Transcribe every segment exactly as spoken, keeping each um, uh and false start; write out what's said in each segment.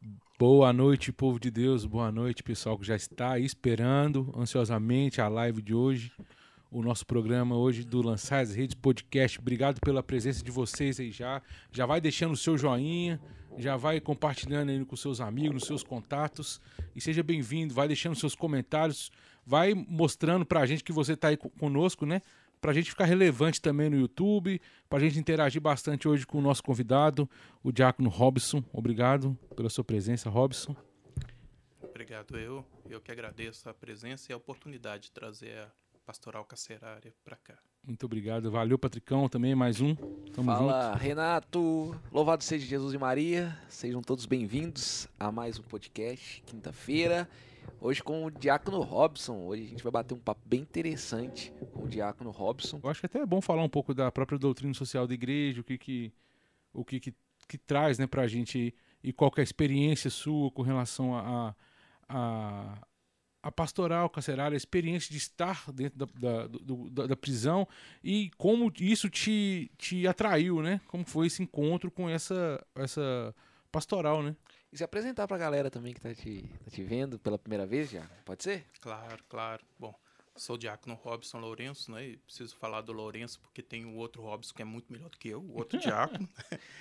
Boa noite, povo de Deus. Boa noite, pessoal que já está aí esperando ansiosamente a live de hoje. O nosso programa hoje do Lançar as Redes Podcast. Obrigado pela presença de vocês aí já. Já vai deixando o seu joinha, já vai compartilhando aí com seus amigos, nos seus contatos. E seja bem-vindo, vai deixando seus comentários, vai mostrando pra gente que você tá aí conosco, né? Pra gente ficar relevante também no YouTube, pra gente interagir bastante hoje com o nosso convidado, o diácono Robson. Obrigado pela sua presença, Robson. Obrigado, eu. Eu que agradeço a presença e a oportunidade de trazer a Pastoral Carcerária para cá. Muito obrigado. Valeu, Patricão, também, mais um. Tamo Fala, junto. Renato. Louvado seja Jesus e Maria. Sejam todos bem-vindos a mais um podcast, quinta-feira. Hoje com o diácono Robson. Hoje a gente vai bater um papo bem interessante com o diácono Robson. Eu acho que até é bom falar um pouco da própria doutrina social da igreja, o que que, o que, que, que traz, né, pra gente e qual que é a experiência sua com relação a, a, a pastoral carcerária, a experiência de estar dentro da, da, do, da, da prisão e como isso te, te atraiu, né? Como foi esse encontro com essa, essa pastoral, né? E se apresentar pra galera também que tá te, tá te vendo pela primeira vez, já? Pode ser? Claro, claro. Bom, sou o diácono Robson Lourenço, né? E preciso falar do Lourenço porque tem o outro Robson que é muito melhor do que eu, o outro diácono.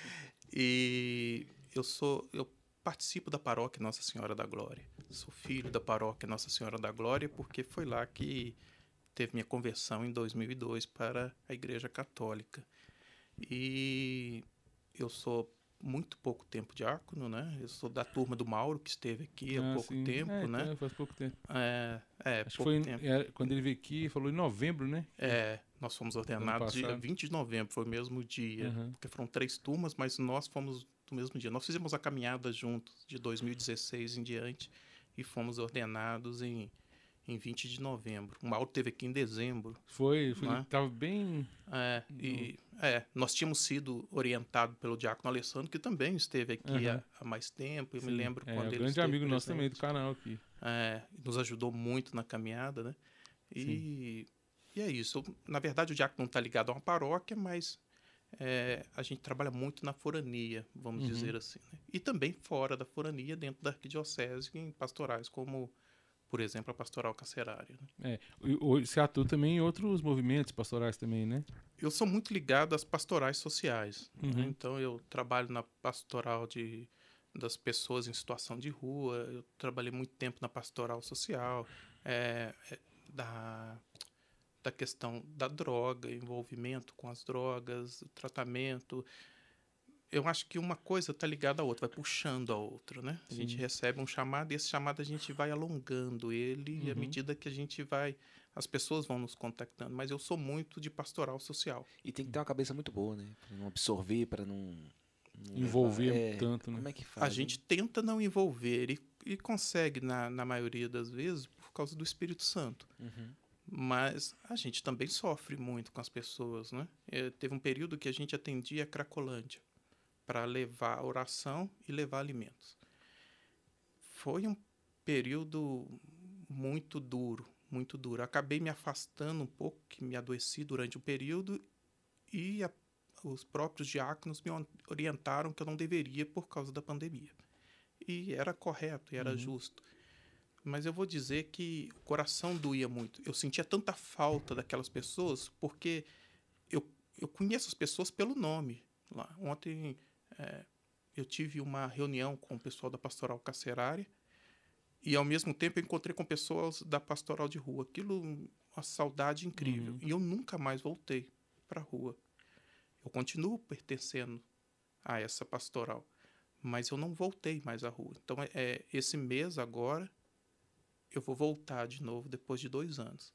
E eu sou, eu participo da paróquia Nossa Senhora da Glória. Sou filho da paróquia Nossa Senhora da Glória porque foi lá que teve minha conversão em dois mil e dois para a Igreja Católica. E eu sou muito pouco tempo diácono, né? Eu sou da turma do Mauro, que esteve aqui há Ah, pouco sim. tempo, É, né? então, faz pouco tempo. É, é Acho que pouco foi tempo. é, quando ele veio aqui, falou em novembro, né? É, nós fomos ordenados dia passado. vinte de novembro, foi o mesmo dia, Uhum. porque foram três turmas, mas nós fomos do mesmo dia. Nós fizemos a caminhada juntos de dois mil e dezesseis em diante e fomos ordenados em, em vinte de novembro. O Mauro esteve aqui em dezembro. Foi, foi Né? tava bem... É, e, é, nós tínhamos sido orientados pelo diácono Alessandro, que também esteve aqui Uhum. há, há mais tempo. Eu Sim, me lembro é, quando um ele grande esteve amigo nosso presente. também do canal aqui. É, nos ajudou muito na caminhada, né? E, e é isso. Eu, na verdade, o diácono não está ligado a uma paróquia, mas é, a gente trabalha muito na forania, vamos Uhum. dizer assim. Né? E também fora da forania, dentro da arquidiocese, em pastorais, como, por exemplo, a pastoral carcerária. Né? É, e hoje você atua também em outros movimentos pastorais também, né? Eu sou muito ligado às pastorais sociais. Uhum. Né? Então, eu trabalho na pastoral de, das pessoas em situação de rua, eu trabalhei muito tempo na pastoral social, é, é, da, da questão da droga, envolvimento com as drogas, o tratamento. Eu acho que uma coisa está ligada à outra, vai puxando a outra, né? A Sim. gente recebe um chamado e esse chamado a gente vai alongando ele Uhum. à medida que a gente vai... As pessoas vão nos contactando, mas eu sou muito de pastoral social. E tem que ter uma cabeça muito boa, né? Pra não absorver, pra não... não Envolver levar- é, tanto, né? Como é que faz? A gente tenta não envolver e, e consegue, na, na maioria das vezes, por causa do Espírito Santo. Uhum. Mas a gente também sofre muito com as pessoas, né? É, teve um período que a gente atendia a Cracolândia para levar oração e levar alimentos. Foi um período muito duro, muito duro. Acabei me afastando um pouco, que me adoeci durante o período e a, os próprios diáconos me orientaram que eu não deveria por causa da pandemia. E era correto, e era Uhum. justo. Mas eu vou dizer que o coração doía muito. Eu sentia tanta falta daquelas pessoas, porque eu, eu conheço as pessoas pelo nome. Lá. Ontem é, eu tive uma reunião com o pessoal da Pastoral Carcerária e, ao mesmo tempo, eu encontrei com pessoas da Pastoral de Rua. Aquilo, uma saudade incrível. Uhum. E eu nunca mais voltei para a rua. Eu continuo pertencendo a essa pastoral, mas eu não voltei mais à rua. Então, é, é esse mês agora... eu vou voltar de novo depois de dois anos.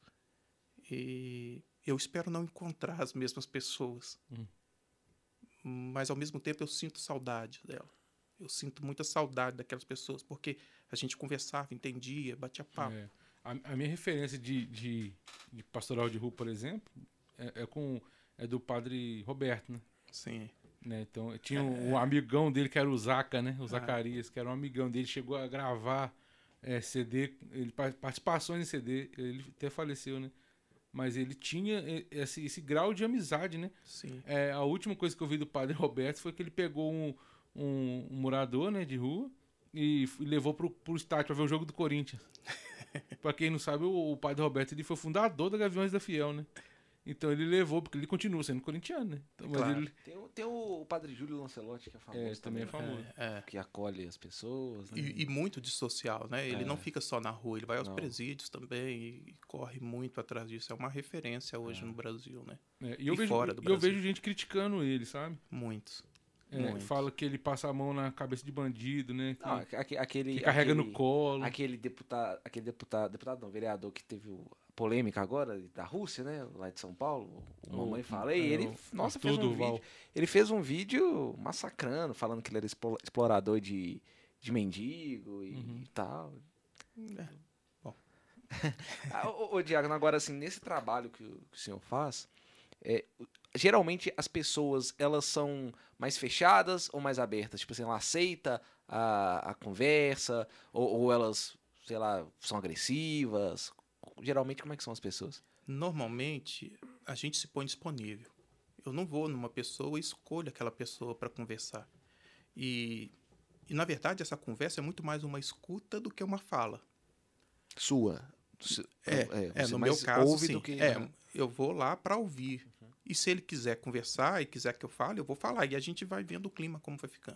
E eu espero não encontrar as mesmas pessoas. Hum. Mas, ao mesmo tempo, eu sinto saudade dela. Eu sinto muita saudade daquelas pessoas, porque a gente conversava, entendia, batia papo. É. A, a minha referência de, de, de pastoral de rua, por exemplo, é, é, com, é do padre Roberto, né? Sim. Né? Então, tinha um, um amigão dele que era o Zaca, né? O Ah. Zacarias, que era um amigão dele, chegou a gravar é, C D, ele, participações em C D, ele até faleceu, né? Mas ele tinha esse, esse grau de amizade, né? Sim. É, a última coisa que eu vi do padre Roberto foi que ele pegou um, um, um morador, né, de rua e, e levou pro, pro estádio pra ver o jogo do Corinthians. Pra quem não sabe, o, o pai do Roberto ele foi fundador da Gaviões da Fiel, né? Então ele levou, porque ele continua sendo corintiano, né? Então, mas Claro. ele, Tem, o- tem o Padre Júlio Lancelotti, que é famoso. É, esse também é né? famoso. É, é. Que acolhe as pessoas, né? E, e muito de social, né? Ele É. não fica só na rua, ele vai aos Não. presídios também e, e corre muito atrás disso. É uma referência hoje É. no Brasil, né? é, e eu, E vejo, fora do e eu Brasil. vejo gente criticando ele, sabe? Muitos. É, Muito. fala que ele passa a mão na cabeça de bandido, né? Que, Não, aque- aquele, que carrega aquele, no colo. Aquele deputado, aquele deputado, deputado não, vereador que teve o- a polêmica agora da Rússia, né? Lá de São Paulo, o O- Mamãe fala. E é, ele, o nossa, Arthur fez um Durval. vídeo. Ele fez um vídeo massacrando, falando que ele era explo- explorador de, de mendigo e Uhum. tal. É. Ah, Ô, ô, Diácono, agora assim, nesse trabalho que, o que o senhor faz, é, geralmente as pessoas, elas são mais fechadas ou mais abertas? Tipo assim, ela aceita a, a conversa, ou, ou elas, sei lá, são agressivas? Geralmente, como é que são as pessoas? Normalmente, a gente se põe disponível. Eu não vou numa pessoa e escolho aquela pessoa para conversar. E, e, na verdade, essa conversa é muito mais uma escuta do que uma fala. Sua? Se- É, é, você no meu mais caso, ouve sim. do que... É, eu vou lá para ouvir. E se ele quiser conversar e quiser que eu fale, eu vou falar. E a gente vai vendo o clima como vai ficando.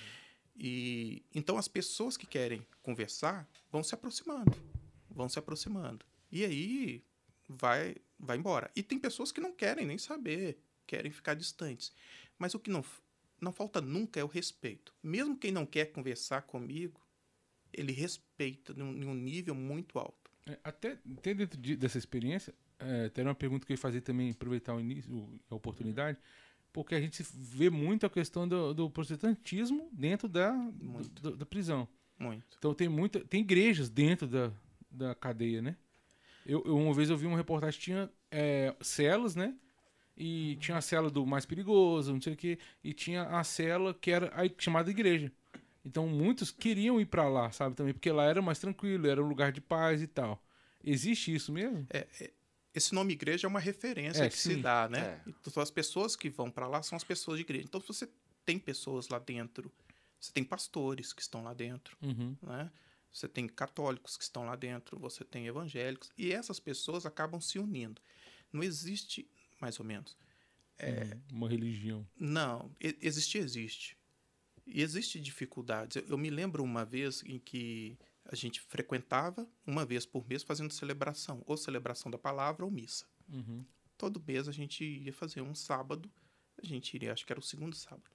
E então as pessoas que querem conversar vão se aproximando, vão se aproximando. E aí vai vai embora. E tem pessoas que não querem nem saber, querem ficar distantes. Mas o que não não falta nunca é o respeito. Mesmo quem não quer conversar comigo, ele respeita num, num nível muito alto. É, até, até dentro de- dessa experiência, é, até era uma pergunta que eu ia fazer também, aproveitar o início, o- a oportunidade, porque a gente vê muito a questão do, do protestantismo dentro da, Muito. do- da prisão. Muito. Então tem muita, tem igrejas dentro da, da cadeia, né? Eu, eu- uma vez eu vi uma reportagem, tinha é, celas, né? E tinha a cela do mais perigoso, não sei o quê, e tinha a cela que era a chamada igreja. Então muitos queriam ir pra lá, sabe, também, porque lá era mais tranquilo, era um lugar de paz e tal. Existe isso mesmo? Esse nome igreja é uma referência É, que sim. se dá, né? É. Então as pessoas que vão para lá são as pessoas de igreja. Então se você tem pessoas lá dentro, você tem pastores que estão lá dentro, Uhum. né? Você tem católicos que estão lá dentro, você tem evangélicos, e essas pessoas acabam se unindo. Não existe, mais ou menos. Uhum. Uma religião. Não, e- existir existe. E existe dificuldades. Eu, eu me lembro uma vez em que a gente frequentava uma vez por mês fazendo celebração, ou celebração da palavra ou missa. Uhum. Todo mês a gente ia fazer um sábado, a gente iria, acho que era o segundo sábado.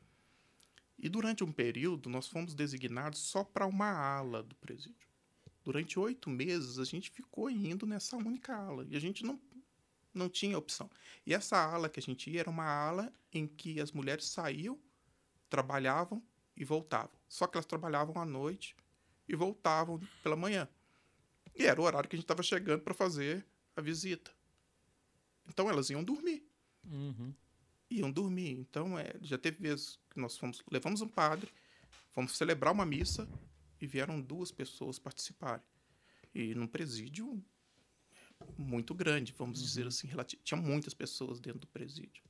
E durante um período nós fomos designados só para uma ala do presídio. Durante oito meses a gente ficou indo nessa única ala e a gente não, não tinha opção. E essa ala que a gente ia era uma ala em que as mulheres saíam, trabalhavam e voltavam. Só que elas trabalhavam à noite e voltavam pela manhã. E era o horário que a gente estava chegando para fazer a visita. Então elas iam dormir. Uhum. Iam dormir. Então é, já teve vezes que nós fomos, levamos um padre, fomos celebrar uma missa e vieram duas pessoas participarem. E num presídio muito grande, vamos Uhum. dizer assim, relati- tinha muitas pessoas dentro do presídio.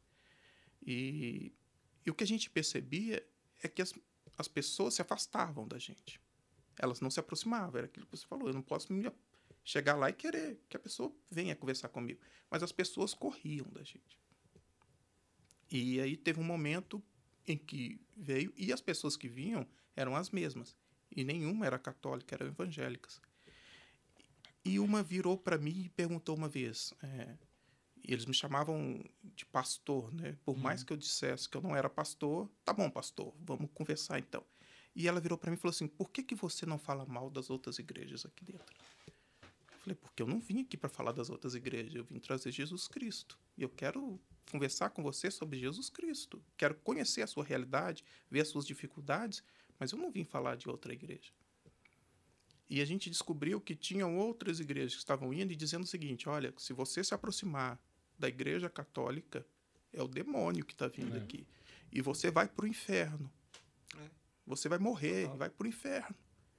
E, e o que a gente percebia é que as, as pessoas se afastavam da gente. Elas não se aproximavam, era aquilo que você falou, eu não posso me a- chegar lá e querer que a pessoa venha conversar comigo. Mas as pessoas corriam da gente. E aí teve um momento em que veio, e as pessoas que vinham eram as mesmas. E nenhuma era católica, eram evangélicas. E uma virou para mim e perguntou uma vez, é, e eles me chamavam de pastor, né? Por mais que eu dissesse que eu não era pastor, tá bom, pastor, vamos conversar então. E ela virou para mim e falou assim, por que, que você não fala mal das outras igrejas aqui dentro? Eu falei, porque eu não vim aqui para falar das outras igrejas, eu vim trazer Jesus Cristo. E eu quero conversar com você sobre Jesus Cristo. Quero conhecer a sua realidade, ver as suas dificuldades, mas eu não vim falar de outra igreja. E a gente descobriu que tinham outras igrejas que estavam indo e dizendo o seguinte, olha, se você se aproximar da igreja católica, é o demônio que está vindo É. aqui. E você vai para o inferno. É. Você vai morrer, Total. vai para o inferno.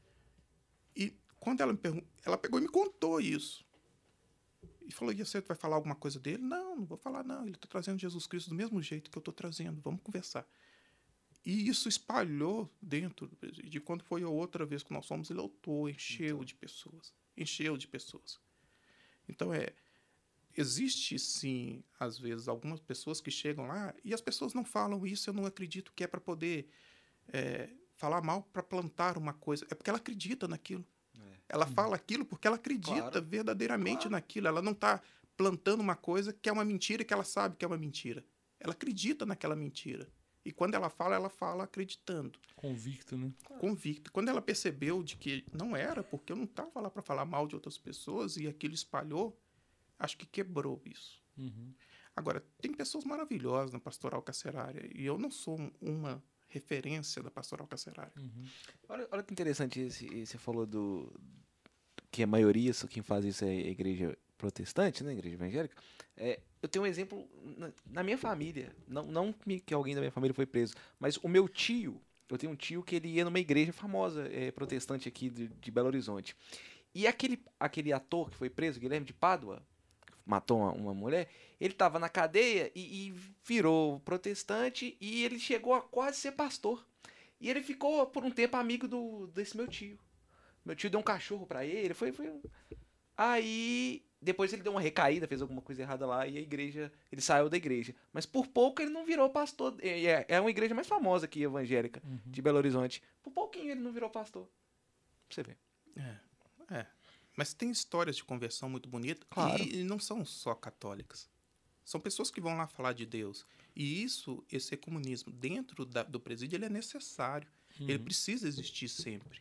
E quando ela me perguntou, ela pegou e me contou isso. E falou, e você vai falar alguma coisa dele? Não, não vou falar não. Ele está trazendo Jesus Cristo do mesmo jeito que eu estou trazendo. Vamos conversar. E isso espalhou dentro do presídio. E quando foi a outra vez que nós fomos, ele lotou, encheu Então. de pessoas. Encheu de pessoas. Então, é, existe, sim, às vezes, algumas pessoas que chegam lá e as pessoas não falam isso, eu não acredito que é para poder é, falar mal, para plantar uma coisa. É porque ela acredita naquilo. É. Ela fala aquilo porque ela acredita Claro. verdadeiramente Claro. naquilo. Ela não está plantando uma coisa que é uma mentira e que ela sabe que é uma mentira. Ela acredita naquela mentira. E quando ela fala, ela fala acreditando. Convicto, né? Convicto. Quando ela percebeu de que não era, porque eu não estava lá para falar mal de outras pessoas e aquilo espalhou, acho que quebrou isso. Uhum. Agora, tem pessoas maravilhosas na Pastoral Carcerária e eu não sou um- uma referência da Pastoral Carcerária. Uhum. Olha, olha que interessante, esse, esse você falou do que a maioria, só quem faz isso é a igreja protestante, né, a igreja evangélica. É, eu tenho um exemplo na, na minha família, não, não que que alguém da minha família foi preso, mas o meu tio, eu tenho um tio que ele ia numa igreja famosa, é, protestante aqui de, de Belo Horizonte. E aquele, aquele ator que foi preso, Guilherme de Pádua, matou uma, uma mulher, ele estava na cadeia e, e virou protestante e ele chegou a quase ser pastor. E ele ficou por um tempo amigo do, desse meu tio. Meu tio deu um cachorro pra ele, foi, foi... um- Aí, depois ele deu uma recaída, fez alguma coisa errada lá e a igreja, ele saiu da igreja. Mas por pouco ele não virou pastor. É, é- é uma igreja mais famosa aqui, evangélica, Uhum. de Belo Horizonte. Por pouquinho ele não virou pastor. Pra você ver. É, é. Mas tem histórias de conversão muito bonitas Claro. e, e não são só católicas. São pessoas que vão lá falar de Deus. E isso, esse ecumenismo dentro da- do presídio, ele é necessário. Ele Uhum. precisa existir sempre.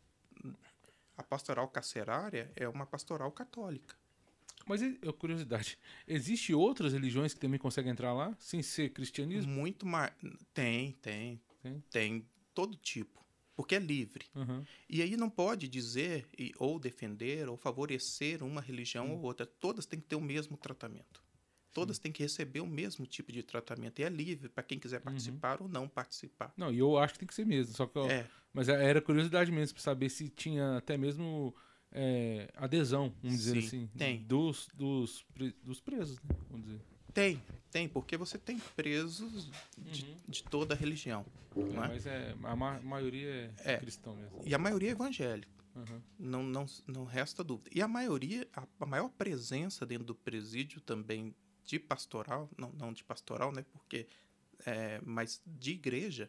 A pastoral carcerária é uma pastoral católica. Mas, e- eu- curiosidade, existe outras religiões que também conseguem entrar lá, sem ser cristianismo? Muito mais. Tem, tem, Tem? tem todo tipo. Porque é livre. Uhum. E aí não pode dizer, e- ou defender, ou favorecer uma religião ou outra. Todas têm que ter o mesmo tratamento. Todas têm que receber o mesmo tipo de tratamento. E é livre para quem quiser participar ou não participar. Não, e eu acho que tem que ser mesmo, só que eu- É, mas era curiosidade mesmo, pra saber se tinha até mesmo é, adesão, vamos dizer Sim, assim, tem. Dos, dos, pre- dos presos, né? Vamos dizer. tem, tem, porque você tem presos de, Uhum. de toda a religião. É, Não é? mas é, a ma- maioria é, É. cristão mesmo. E a maioria é evangélica. Uhum. Não, não, não resta dúvida. E a maioria, a, a maior presença dentro do presídio também de pastoral, não, não de pastoral, né? Porque, é, mas de igreja,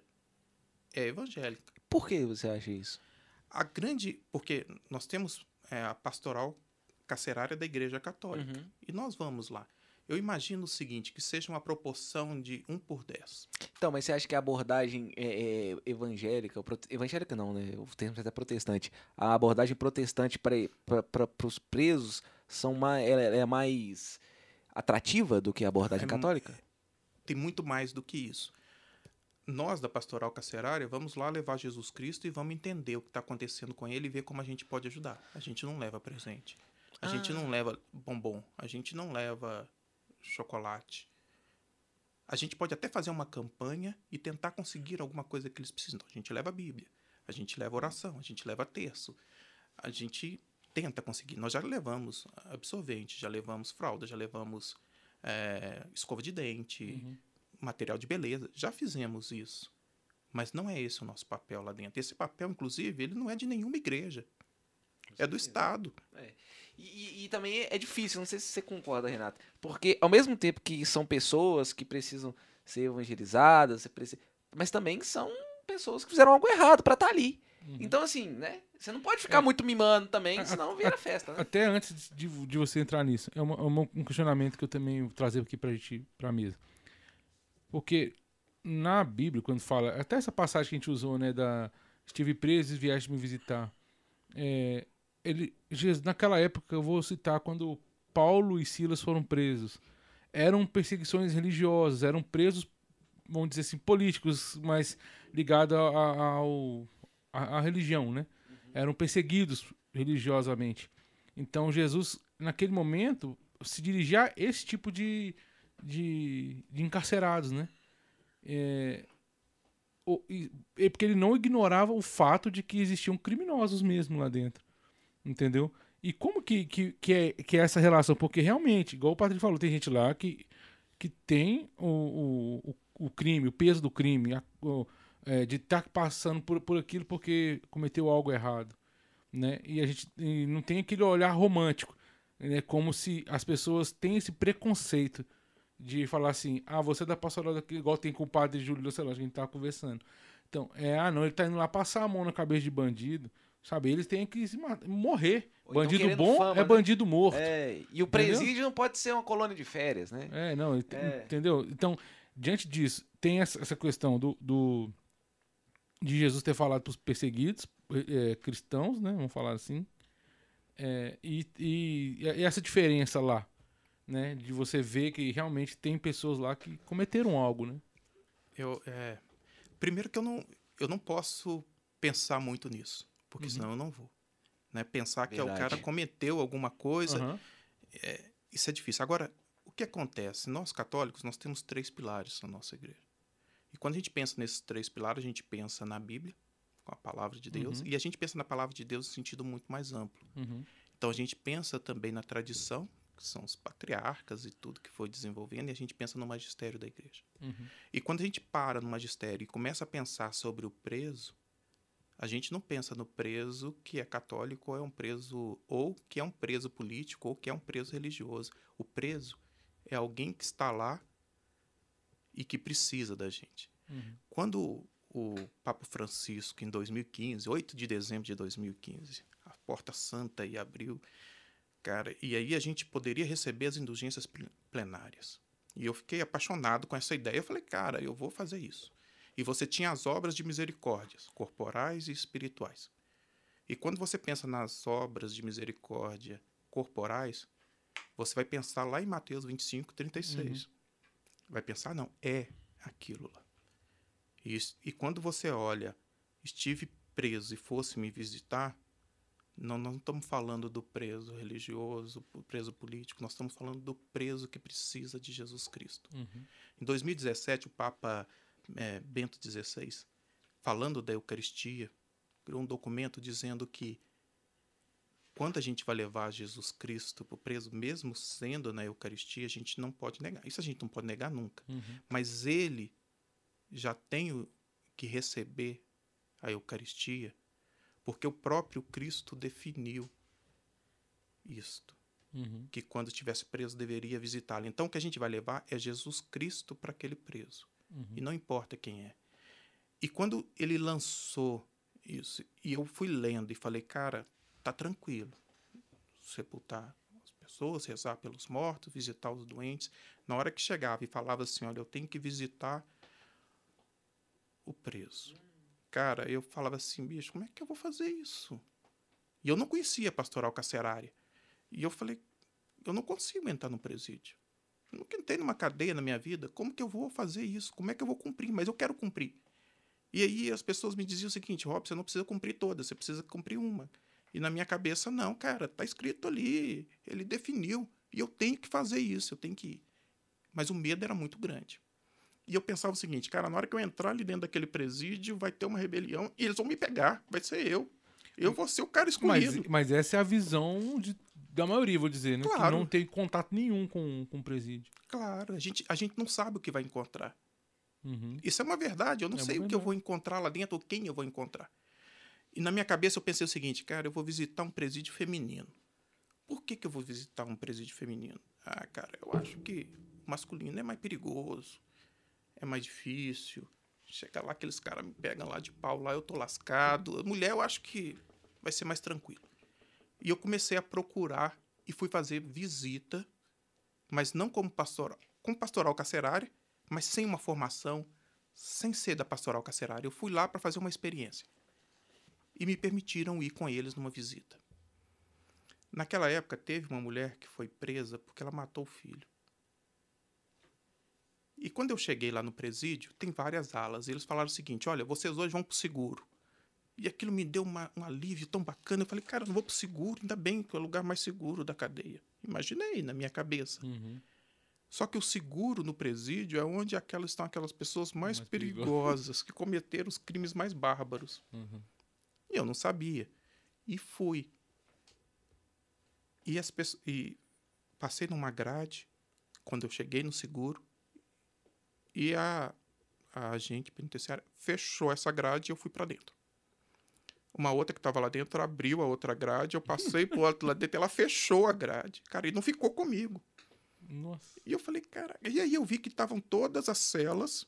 é evangélica. Por que você acha isso? A grande, porque nós temos é, a pastoral carcerária da igreja católica. Uhum. E nós vamos lá. Eu imagino o seguinte, que seja uma proporção de um por dez. Então, mas você acha que a abordagem é, é, evangélica, ou prote- evangélica não, né? O termo é até protestante. A abordagem protestante para os presos são mais, ela é mais atrativa do que a abordagem É, católica? Tem muito mais do que isso. Nós, da pastoral carcerária, vamos lá levar Jesus Cristo e vamos entender o que está acontecendo com ele e ver como a gente pode ajudar. A gente não leva presente. A Ah. gente não leva bombom. A gente não leva chocolate. A gente pode até fazer uma campanha e tentar conseguir alguma coisa que eles precisam. A gente leva a Bíblia, a gente leva oração, a gente leva terço. A gente tenta conseguir. Nós já levamos absorvente, já levamos fralda, já levamos é, escova de dente, Uhum. material de beleza. Já fizemos isso. Mas não é esse o nosso papel lá dentro. Esse papel, inclusive, ele não é de nenhuma igreja. É do Estado. E, e- e também é difícil, não sei se você concorda, Renato. Porque ao mesmo tempo que são pessoas que precisam ser evangelizadas, você precisa- mas também são pessoas que fizeram algo errado pra estar ali. Uhum. Então, assim, né? Você não pode ficar É. muito mimando também, A- senão vira festa, né? Até antes de, de você entrar nisso, é, uma- é uma- um questionamento que eu também vou trazer aqui pra gente, pra mesa. Porque na Bíblia, quando fala, até essa passagem que a gente usou, né, da estive preso e vieste me visitar, é, ele, Jesus, naquela época, eu vou citar, quando Paulo e Silas foram presos, eram perseguições religiosas, eram presos, vamos dizer assim, políticos, mas ligados a- a- ao, à à religião, né? Eram perseguidos religiosamente. Então, Jesus, naquele momento, se dirigia a esse tipo de, de, de encarcerados, né? É, o- e- é porque ele não ignorava o fato de que existiam criminosos mesmo lá dentro. Entendeu? E como que, que, que, é, que é essa relação? Porque realmente, igual o Patrick falou, tem gente lá que, que tem o, o, o- o crime, o peso do crime, a- o- é, de estar passando por, por aquilo porque cometeu algo errado, né? E a gente e não tem aquele olhar romântico, né? Como se as pessoas têm esse preconceito de falar assim, ah, você é da pastoral daqui, igual tem com o padre Júlio Lancelotti, que a gente tava conversando. Então, é, ah, não, ele tá indo lá passar a mão na cabeça de bandido, sabe? Eles têm que se matar, morrer. Ou então Bandido querendo bom fama, é né? bandido morto. É, e o Entendeu? presídio não pode ser uma colônia de férias, né? É, não, ent- É. entendeu? Então, diante disso, tem essa, essa questão do, do de Jesus ter falado para os perseguidos, é, cristãos, né? Vamos falar assim. É, e, e, e essa diferença lá, né? De você ver que realmente tem pessoas lá que cometeram algo, né? Eu, é, primeiro que eu não, eu não posso pensar muito nisso, porque Uhum. senão eu não vou. Né? Pensar que é, o Verdade. cara cometeu alguma coisa, Aham. é, isso é difícil. Agora, o que acontece? Nós católicos, nós temos três pilares na nossa igreja. E quando a gente pensa nesses três pilares, a gente pensa na Bíblia, com a palavra de Deus, Uhum. e a gente pensa na palavra de Deus em sentido muito mais amplo. Uhum. Então, a gente pensa também na tradição, que são os patriarcas e tudo que foi desenvolvendo, e a gente pensa no magistério da igreja. Uhum. E quando a gente para no magistério e começa a pensar sobre o preso, a gente não pensa no preso que é católico ou é um preso ou que é um preso político ou que é um preso religioso. O preso é alguém que está lá e que precisa da gente. Uhum. Quando o Papa Francisco, em dois mil e quinze, oito de dezembro de dois mil e quinze, a Porta Santa aí abriu, cara, e aí a gente poderia receber as indulgências plenárias. E eu fiquei apaixonado com essa ideia. Eu falei, cara, eu vou fazer isso. E você tinha as obras de misericórdias, corporais e espirituais. E quando você pensa nas obras de misericórdia corporais, você vai pensar lá em Mateus vinte e cinco, trinta e seis. Uhum. Vai pensar, não, é aquilo lá. E, e quando você olha, estive preso e fosse me visitar, não, não estamos falando do preso religioso, preso político, nós estamos falando do preso que precisa de Jesus Cristo. Uhum. Em dois mil e dezessete, o Papa é, Bento dezesseis, falando da Eucaristia, criou um documento dizendo que quando a gente vai levar Jesus Cristo para o preso, mesmo sendo na Eucaristia, a gente não pode negar. Isso a gente não pode negar nunca. Uhum. Mas ele já tem que receber a Eucaristia porque o próprio Cristo definiu isto. Uhum. Que quando estivesse preso deveria visitá-lo. Então o que a gente vai levar é Jesus Cristo para aquele preso. Uhum. E não importa quem é. E quando ele lançou isso, e eu fui lendo e falei, cara, tá tranquilo. Sepultar as pessoas, rezar pelos mortos, visitar os doentes. Na hora que chegava e falava assim, olha, eu tenho que visitar o preso. Cara, eu falava assim, bicho, como é que eu vou fazer isso? E eu não conhecia a pastoral carcerária. E eu falei, eu não consigo entrar no presídio. Eu nunca entrei numa cadeia na minha vida. Como que eu vou fazer isso? Como é que eu vou cumprir? Mas eu quero cumprir. E aí as pessoas me diziam o seguinte, Rob, você não precisa cumprir todas, você precisa cumprir uma. E na minha cabeça, não, cara, tá escrito ali, ele definiu. E eu tenho que fazer isso, eu tenho que ir. Mas o medo era muito grande. E eu pensava o seguinte, cara, na hora que eu entrar ali dentro daquele presídio, vai ter uma rebelião e eles vão me pegar, vai ser eu. Eu vou ser o cara escolhido. Mas, mas essa é a visão de, da maioria, vou dizer, né? Claro. Que não tem contato nenhum com, com o presídio. Claro, a gente, a gente não sabe o que vai encontrar. Uhum. Isso é uma verdade, eu não É sei o verdade. que eu vou encontrar lá dentro ou quem eu vou encontrar. E na minha cabeça eu pensei o seguinte, cara, eu vou visitar um presídio feminino. Por que que eu vou visitar um presídio feminino? Ah, cara, eu acho que o masculino é mais perigoso, é mais difícil. Chega lá, aqueles caras me pegam lá de pau, lá eu tô lascado. Mulher, eu acho que vai ser mais tranquilo. E eu comecei a procurar e fui fazer visita, mas não como pastoral, como pastoral carcerária, mas sem uma formação, sem ser da pastoral carcerária. Eu fui lá para fazer uma experiência. E me permitiram ir com eles numa visita. Naquela época, teve uma mulher que foi presa porque ela matou o filho. E quando eu cheguei lá no presídio, tem várias alas. E eles falaram o seguinte, olha, vocês hoje vão pro seguro. E aquilo me deu uma, um alívio tão bacana. Eu falei, cara, eu não vou pro seguro, ainda bem que é o lugar mais seguro da cadeia. Imaginei na minha cabeça. Uhum. Só que o seguro no presídio é onde aquelas, estão aquelas pessoas mais, Mais perigosas, que cometeram os crimes mais bárbaros. Uhum. E eu não sabia. E fui. E, as pessoas, e passei numa grade, quando eu cheguei no seguro, e a, a agente penitenciária fechou essa grade e eu fui para dentro. Uma outra que estava lá dentro abriu a outra grade, eu passei pro outro lá dentro, ela fechou a grade. Cara, e não ficou comigo. Nossa. E eu falei, cara... E aí eu vi que estavam todas as celas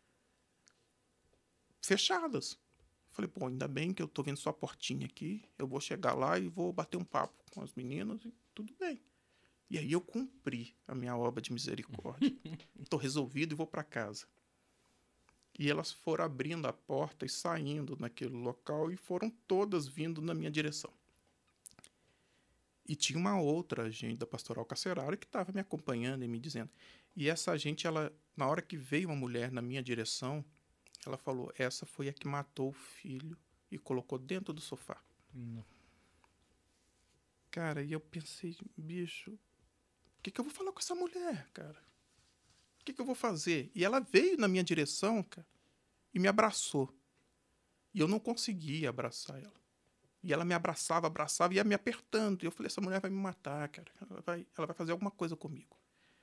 fechadas. Falei, pô, ainda bem que eu tô vendo só a portinha aqui. Eu vou chegar lá e vou bater um papo com as meninas e tudo bem. E aí eu cumpri a minha obra de misericórdia. Tô resolvido e vou para casa. E elas foram abrindo a porta e saindo naquele local e foram todas vindo na minha direção. E tinha uma outra agente da Pastoral Carcerária que estava me acompanhando e me dizendo. E essa agente, ela, na hora que veio uma mulher na minha direção, ela falou, essa foi a que matou o filho e colocou dentro do sofá. Não. Cara, e eu pensei, bicho, o que, que eu vou falar com essa mulher, cara? O que, que eu vou fazer? E ela veio na minha direção, cara, e me abraçou. E eu não conseguia abraçar ela. E ela me abraçava, abraçava e ia me apertando. E eu falei, essa mulher vai me matar, cara. Ela vai, ela vai fazer alguma coisa comigo.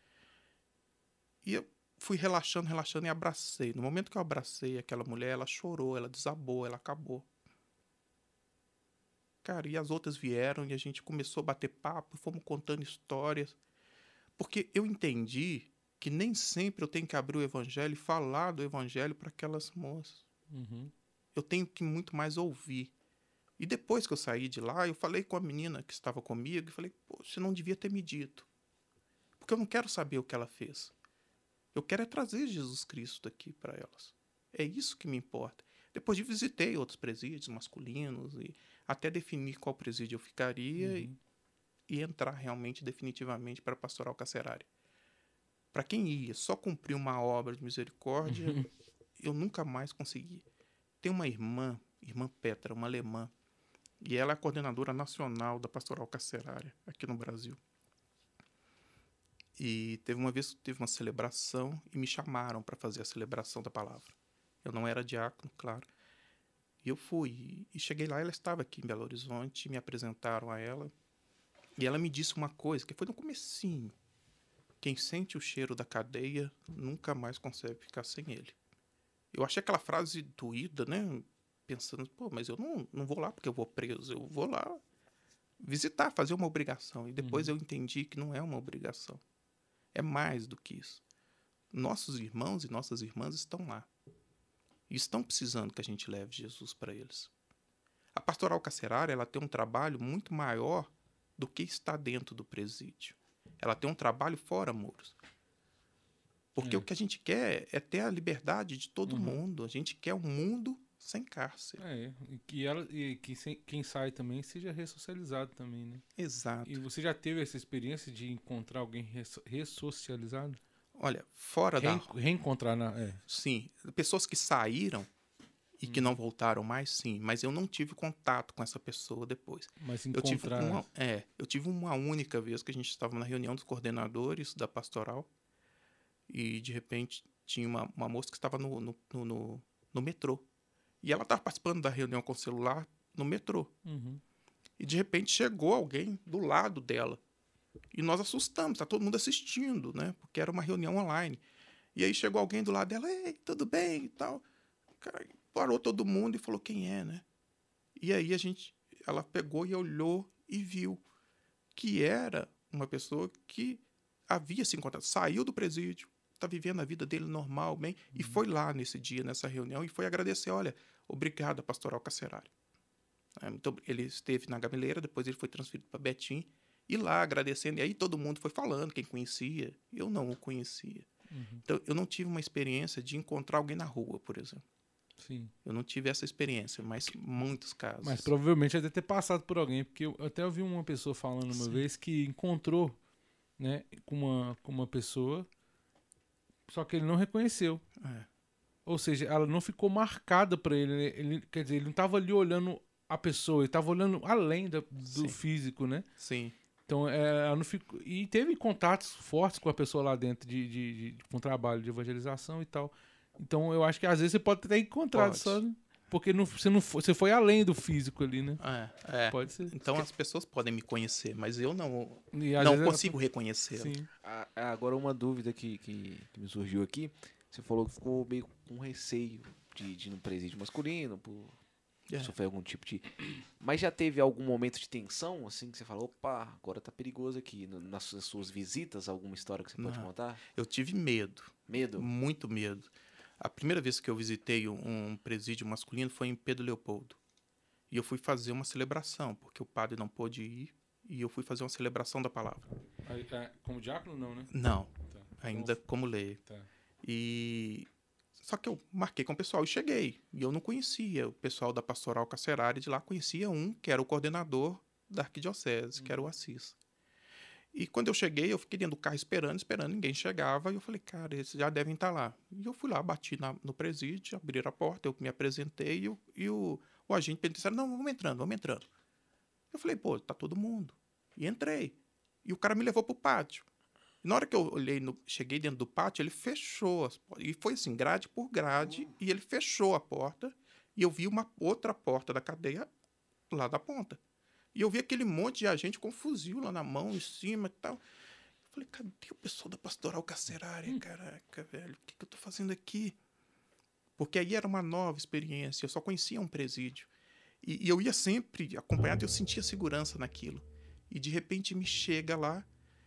E eu fui relaxando, relaxando e abracei. No momento que eu abracei aquela mulher, ela chorou, ela desabou, ela acabou. Cara, e as outras vieram e a gente começou a bater papo, fomos contando histórias. Porque eu entendi que nem sempre eu tenho que abrir o evangelho e falar do evangelho para aquelas moças. Uhum. Eu tenho que muito mais ouvir. E depois que eu saí de lá, eu falei com a menina que estava comigo e falei, pô, você não devia ter me dito. Porque eu não quero saber o que ela fez. Eu quero é trazer Jesus Cristo aqui para elas. É isso que me importa. Depois de visitei outros presídios masculinos e até definir qual presídio eu ficaria Uhum. e, e entrar realmente definitivamente para a Pastoral Carcerária. Para quem ia só cumprir uma obra de misericórdia, Uhum. eu nunca mais consegui. Tem uma irmã, irmã Petra, uma alemã, e ela é a coordenadora nacional da Pastoral Carcerária aqui no Brasil. E teve uma vez que teve uma celebração e me chamaram para fazer a celebração da palavra. Eu não era diácono, claro. E eu fui. E cheguei lá, ela estava aqui em Belo Horizonte, me apresentaram a ela. E ela me disse uma coisa, que foi no comecinho. Quem sente o cheiro da cadeia nunca mais consegue ficar sem ele. Eu achei aquela frase doída, né? Pensando, pô, mas eu não, não vou lá porque eu vou preso. Eu vou lá visitar, fazer uma obrigação. E depois Uhum. eu entendi que não é uma obrigação. É mais do que isso. Nossos irmãos e nossas irmãs estão lá. E estão precisando que a gente leve Jesus para eles. A Pastoral Carcerária, ela tem um trabalho muito maior do que está dentro do presídio. Ela tem um trabalho fora muros. Porque É. o que a gente quer é ter a liberdade de todo Uhum. mundo. A gente quer um mundo sem cárcere. É, e que, ela, e que se- quem sai também seja ressocializado também, né? Exato. E você já teve essa experiência de encontrar alguém resso- ressocializado? Olha, fora da... Reen- reencontrar na... É. Sim, pessoas que saíram e que não voltaram mais, sim. Mas eu não tive contato com essa pessoa depois. Mas Eu tive, encontrar... uma, é, eu tive uma única vez que a gente estava na reunião dos coordenadores da pastoral e, de repente, tinha uma, uma moça que estava no, no, no, no, no metrô. E ela estava participando da reunião com o celular no metrô. Uhum. E, de repente, chegou alguém do lado dela. E nós assustamos, tá todo mundo assistindo, né? Porque era uma reunião online. E aí chegou alguém do lado dela, ei, tudo bem e tal. Cara, parou todo mundo e falou quem é, né? E aí a gente, ela pegou e olhou e viu que era uma pessoa que havia se encontrado, saiu do presídio, está vivendo a vida dele normal, bem, uhum. E foi lá nesse dia, nessa reunião, e foi agradecer, olha, obrigado, Pastoral Carcerária. É, então, ele esteve na Gameleira, depois ele foi transferido para Betim, e lá agradecendo, e aí todo mundo foi falando, quem conhecia, eu não o conhecia. Uhum. Então, eu não tive uma experiência de encontrar alguém na rua, por exemplo. Sim. Eu não tive essa experiência, mas muitos casos. Mas provavelmente já deve ter passado por alguém, porque eu até ouvi uma pessoa falando uma Sim. vez que encontrou, né, com uma, com uma pessoa, só que ele não reconheceu. É. Ou seja, ela não ficou marcada pra ele, né? Ele, quer dizer, ele não estava ali olhando a pessoa, ele estava olhando além da, do Sim. físico, né? Sim. Então, é, ela não ficou... E teve contatos fortes com a pessoa lá dentro, de, de, de, de, com o trabalho de evangelização e tal. Então, eu acho que às vezes você pode ter encontrado Pode. só... Porque não, você, não foi, você foi além do físico ali, né? É, é. Pode ser. Então as pessoas podem me conhecer, mas eu não, E, às não vezes, consigo reconhecer. Sim. Ah, agora uma dúvida que, que, que me surgiu aqui. você falou que ficou meio com receio de, de ir no presídio masculino, por É. sofrer algum tipo de... Mas já teve algum momento de tensão, assim, que você falou, opa, agora tá perigoso aqui, no- nas suas, suas visitas, alguma história que você pode Não. contar? Eu tive medo, Medo? muito medo. A primeira vez que eu visitei um, um presídio masculino foi em Pedro Leopoldo. E eu fui fazer uma celebração, porque o padre não pôde ir, e eu fui fazer uma celebração da palavra. Aí, é, como diácono, não, né? Não, Tá. ainda como leigo. Tá. E só que eu marquei com o pessoal e cheguei. E eu não conhecia o pessoal da Pastoral Carcerária de lá, conhecia um que era o coordenador da arquidiocese, que era o Assis. E quando eu cheguei, eu fiquei dentro do carro esperando, esperando, ninguém chegava. E eu falei, cara, eles já devem estar lá. E eu fui lá, bati na- no presídio, abriram a porta, eu me apresentei e, o, e o, o agente penitenciário, não, vamos entrando, vamos entrando. Eu falei, pô, tá todo mundo. E entrei. E o cara me levou pro pátio. E na hora que eu olhei, no, cheguei dentro do pátio, ele fechou as portas. E foi assim, grade por grade, e ele fechou a porta. E eu vi uma outra porta da cadeia lá da ponta. E eu vi aquele monte de agente com fuzil lá na mão, em cima e tal. Eu falei, cadê o pessoal da Pastoral Carcerária? Caraca, velho, o que, que eu tô fazendo aqui? Porque aí era uma nova experiência, eu só conhecia um presídio. E, e eu ia sempre acompanhado e eu sentia segurança naquilo. E de repente me chega lá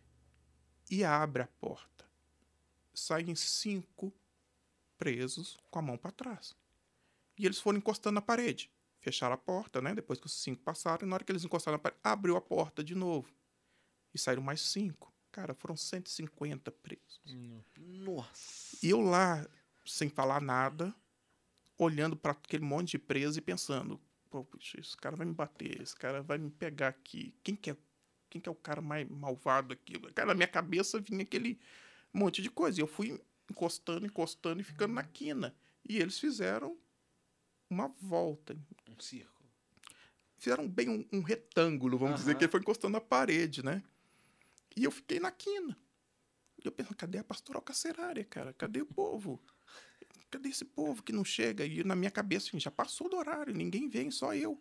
e abre a porta. Saem cinco presos com a mão para trás. E eles foram encostando na parede. Fecharam a porta, né? Depois que os cinco passaram, e na hora que eles encostaram na parede, abriu a porta de novo. E saíram mais cinco. Cara, foram cento e cinquenta presos. Não. Nossa. E eu lá, sem falar nada, olhando para aquele monte de preso e pensando, pô, puxa, esse cara vai me bater, esse cara vai me pegar aqui. Quem que é, quem que é o cara mais malvado aqui? Cara, na minha cabeça vinha aquele monte de coisa. E eu fui encostando, encostando e ficando na quina. E eles fizeram uma volta. Um círculo. Fizeram bem um, um retângulo, vamos dizer, Aham. que ele foi encostando na parede, né? E eu fiquei na quina. E eu pensando, cadê a Pastoral Carcerária, cara? Cadê o povo? Cadê esse povo que não chega? E na minha cabeça, assim, já passou do horário, ninguém vem, só eu.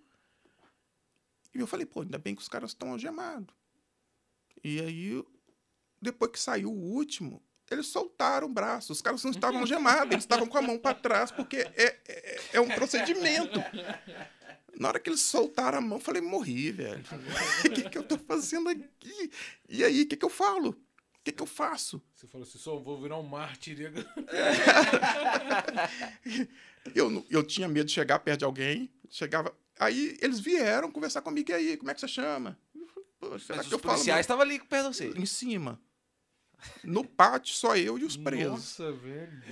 E eu falei, pô, ainda bem que os caras estão algemados. E aí, depois que saiu o último, eles soltaram o braço. Os caras não estavam algemados, eles estavam com a mão para trás, porque é, é, é um procedimento. Na hora que eles soltaram a mão, eu falei, morri, velho. O que, que eu tô fazendo aqui? E aí, o que, que eu falo? O que, que eu faço? Você falou assim, só vou virar um mártir. Eu, não- eu tinha medo de chegar perto de alguém. Chegava. Aí eles vieram conversar comigo. E aí, como é que você chama? Eu falei, pô, será Mas que eu os falo policiais estavam ali perto de você. em cima? No pátio, só eu e os presos. Nossa, velho.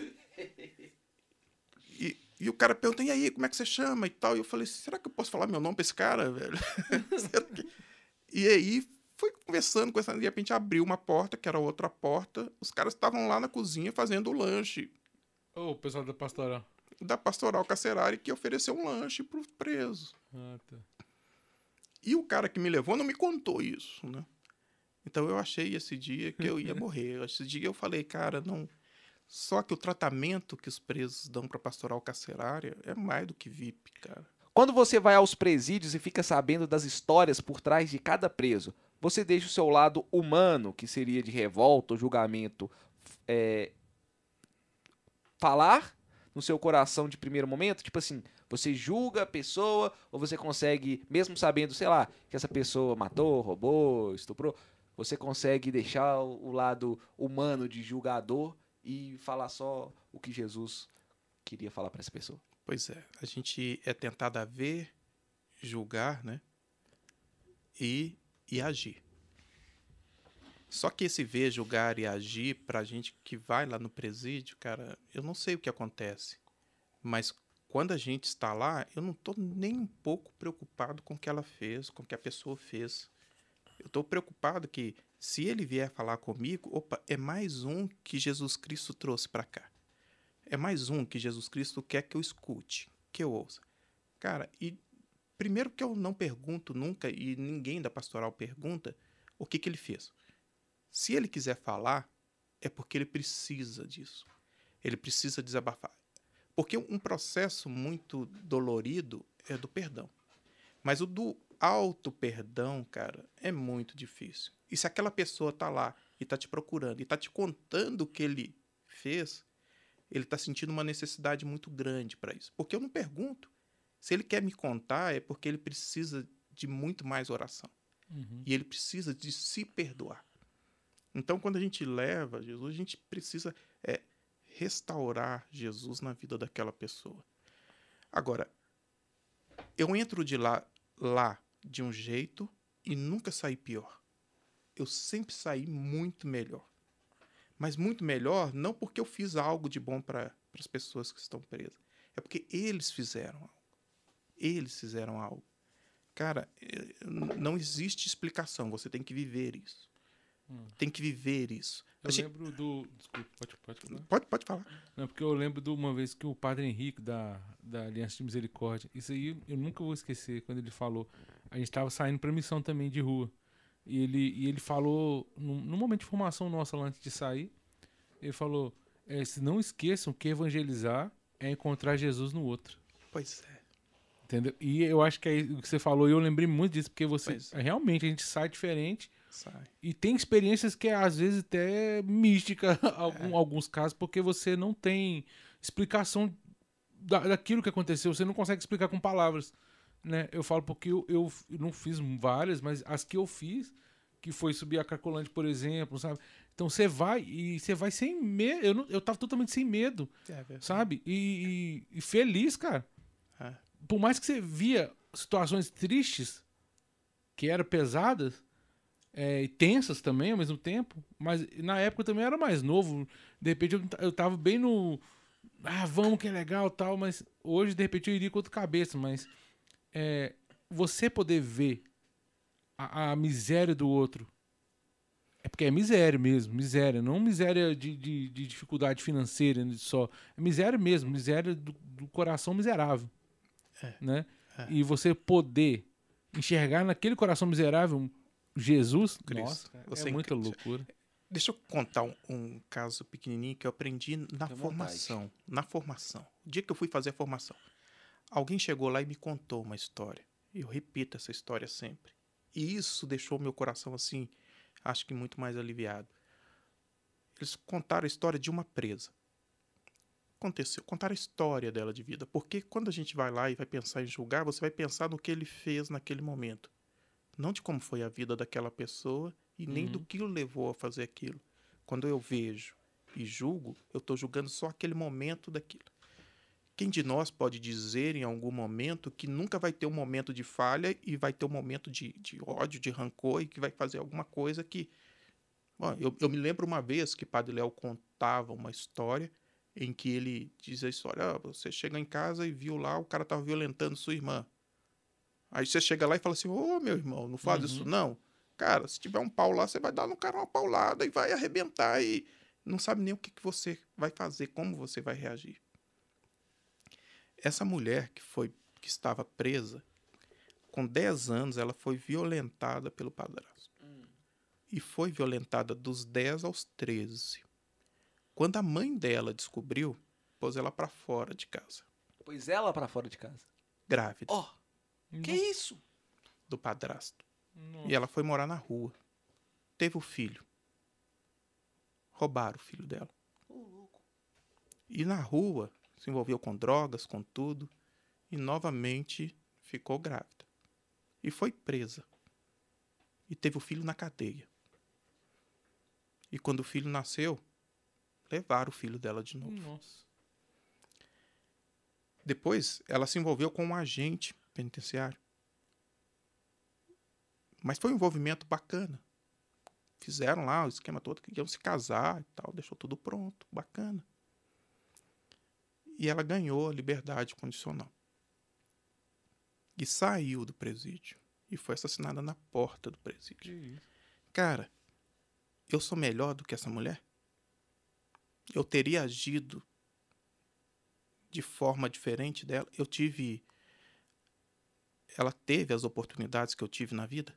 E, e o cara perguntou, e aí, como é que você chama e tal? E eu falei, será que eu posso falar meu nome pra esse cara, velho? Será que- E aí, fui conversando, conversando, de repente abriu uma porta, que era outra porta. Os caras estavam lá na cozinha fazendo o lanche Ô, o pessoal da pastoral. da Pastoral Carcerária, que ofereceu um lanche pros presos. Ah, tá. E o cara que me levou não me contou isso, né? Então eu achei esse dia que eu ia morrer. Esse dia eu falei, cara, não... Só que o tratamento que os presos dão pra Pastoral Carcerária é mais do que V I P, cara. Quando você vai aos presídios e fica sabendo das histórias por trás de cada preso, você deixa o seu lado humano, que seria de revolta ou julgamento, é, falar no seu coração de primeiro momento? Tipo assim, você julga a pessoa ou você consegue, mesmo sabendo, sei lá, que essa pessoa matou, roubou, estuprou, você consegue deixar o o lado humano de julgador e falar só o que Jesus queria falar para essa pessoa? Pois é, a gente é tentado a ver, julgar, né? E, e agir. Só que esse ver, julgar e agir, pra gente que vai lá no presídio, cara, eu não sei o que acontece. Mas quando a gente está lá, eu não tô nem um pouco preocupado com o que ela fez, com o que a pessoa fez. Eu tô preocupado que, se ele vier falar comigo, opa, é mais um que Jesus Cristo trouxe pra cá. É mais um que Jesus Cristo quer que eu escute, que eu ouça. Cara, e primeiro que eu não pergunto nunca, e ninguém da pastoral pergunta, o que, que ele fez. Se ele quiser falar, é porque ele precisa disso. Ele precisa desabafar. Porque um processo muito dolorido é do perdão. Mas o do auto-perdão, cara, é muito difícil. E se aquela pessoa tá lá e tá te procurando e tá te contando o que ele fez, ele está sentindo uma necessidade muito grande para isso. Porque eu não pergunto. Se ele quer me contar, é porque ele precisa de muito mais oração. Uhum. E ele precisa de se perdoar. Então, quando a gente leva Jesus, a gente precisa é, restaurar Jesus na vida daquela pessoa. Agora, eu entro de lá, lá de um jeito e nunca saí pior. Eu sempre saí muito melhor. Mas muito melhor não porque eu fiz algo de bom para as pessoas que estão presas. É porque eles fizeram algo. Eles fizeram algo. Cara, não existe explicação. Você tem que viver isso. Hum. Tem que viver isso. Eu gente... lembro do... Desculpa, pode, pode falar. Pode, pode falar. Não, porque eu lembro de uma vez que o Padre Henrique, da, da Aliança de Misericórdia, isso aí eu nunca vou esquecer, quando ele falou. A gente estava saindo para missão também de rua. E ele, e ele falou, num, num momento de formação nossa lá antes de sair, ele falou, é, se não esqueçam que evangelizar é encontrar Jesus no outro. Pois é. Entendeu? E eu acho que é o que você falou, e eu lembrei muito disso, porque você é. realmente a gente sai diferente. Sai. E tem experiências que é, às vezes, até mística, em É. alguns casos, porque você não tem explicação da, daquilo que aconteceu, você não consegue explicar com palavras. Né? Eu falo porque eu, eu não fiz várias, mas as que eu fiz, que foi subir a Cracolândia, por exemplo, sabe? Então você vai e você vai sem medo. Eu, não, eu tava totalmente sem medo, é sabe? E, e, e feliz, cara. É. Por mais que você via situações tristes, que eram pesadas, é, e tensas também ao mesmo tempo, mas na época eu também era mais novo. De repente eu, eu tava bem no... Ah, vamos que é legal e tal, mas hoje de repente eu iria com outra cabeça, mas... É, você poder ver a, a miséria do outro, é porque é miséria mesmo, miséria, não miséria de, de, de dificuldade financeira só, é miséria mesmo, miséria do, do coração miserável, é, né? É. E você poder enxergar naquele coração miserável Jesus, Cristo. Nossa, cara, Você é muita loucura. Deixa eu contar um, um caso pequenininho que eu aprendi na Fique à formação, vontade. na formação, o dia que eu fui fazer a formação. Alguém chegou lá e me contou uma história. Eu repito essa história sempre. E isso deixou meu coração assim, acho que muito mais aliviado. Eles contaram a história de uma presa. Aconteceu, contaram a história dela de vida. Porque quando a gente vai lá e vai pensar em julgar, você vai pensar no que ele fez naquele momento. Não de como foi a vida daquela pessoa e nem Uhum. do que o levou a fazer aquilo. Quando eu vejo e julgo, eu estou julgando só aquele momento daquilo. Quem de nós pode dizer em algum momento que nunca vai ter um momento de falha e vai ter um momento de, de ódio, de rancor e que vai fazer alguma coisa que... Bom, eu, eu me lembro uma vez que Padre Léo contava uma história em que ele diz a história, ah, você chega em casa e viu lá, o cara estava violentando sua irmã. Aí você chega lá e fala assim, ô oh, meu irmão, não faz Uhum. isso não. Cara, se tiver um pau lá, você vai dar no cara uma paulada e vai arrebentar e não sabe nem o que, que você vai fazer, como você vai reagir. Essa mulher que, foi, que estava presa, com dez anos, ela foi violentada pelo padrasto. Hum. E foi violentada dos dez aos treze. Quando a mãe dela descobriu, pôs ela para fora de casa. Pôs ela para fora de casa? Grávida. Ó, oh, que isso? Do padrasto. Nossa. E ela foi morar na rua. Teve o filho. Roubaram o filho dela. Ô, louco. E na rua... se envolveu com drogas, com tudo, e novamente ficou grávida. E foi presa. E teve o filho na cadeia. E quando o filho nasceu, levaram o filho dela de novo. Nossa. Depois, ela se envolveu com um agente penitenciário. Mas foi um envolvimento bacana. Fizeram lá o esquema todo, que iam se casar e tal, deixou tudo pronto, bacana. E ela ganhou a liberdade condicional. E saiu do presídio. E foi assassinada na porta do presídio. Cara, eu sou melhor do que essa mulher? Eu teria agido de forma diferente dela? Eu tive... Ela teve as oportunidades que eu tive na vida?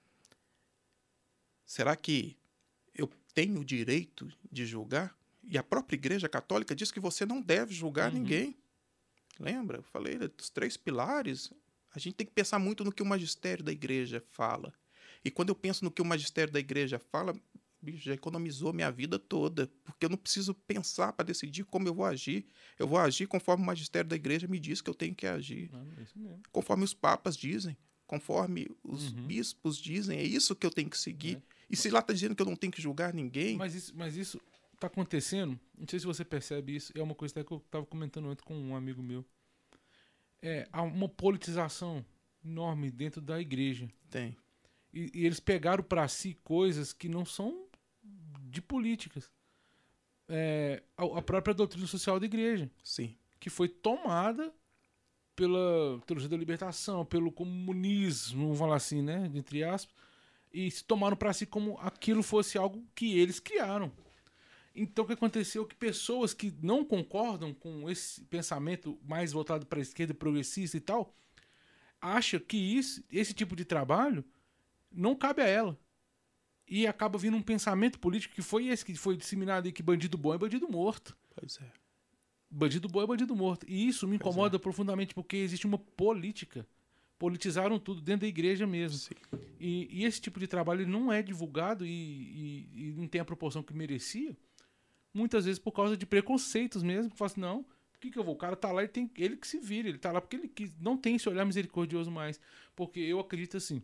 Será que eu tenho o direito de julgar? E a própria Igreja Católica diz que você não deve julgar Uhum. ninguém. Lembra? Eu falei dos três pilares. A gente tem que pensar muito no que o magistério da Igreja fala. E quando eu penso no que o magistério da Igreja fala, bicho, já economizou minha vida toda, porque eu não preciso pensar para decidir como eu vou agir. Eu vou agir conforme o magistério da igreja me diz que eu tenho que agir. Não, é isso mesmo. Conforme os papas dizem, conforme os Uhum. bispos dizem, é isso que eu tenho que seguir. É. E se lá está dizendo que eu não tenho que julgar ninguém... Mas isso, mas isso tá acontecendo, não sei se você percebe isso, é uma coisa até que eu estava comentando antes com um amigo meu. É, há uma politização enorme dentro da igreja. Tem. E, e eles pegaram para si coisas que não são de políticas. É, a, a própria doutrina social da igreja, Sim. que foi tomada pela teologia da libertação, pelo comunismo, vamos falar assim, né, entre aspas, e se tomaram para si como aquilo fosse algo que eles criaram. Então o que aconteceu é que pessoas que não concordam com esse pensamento mais voltado para a esquerda, progressista e tal, acham que isso, esse tipo de trabalho não cabe a ela. E acaba vindo um pensamento político que foi esse que foi disseminado aí, que bandido bom é bandido morto. Pois é. Bandido bom é bandido morto. E isso me Pois incomoda profundamente, porque existe uma política. Politizaram tudo dentro da igreja mesmo. Sim. E, e esse tipo de trabalho ele não é divulgado e, e, e não tem a proporção que merecia, muitas vezes por causa de preconceitos mesmo. Que fala assim, não, por que, que eu vou? O cara tá lá e tem ele que se vira. Ele tá lá porque ele quis, não tem esse olhar misericordioso mais. Porque eu acredito assim,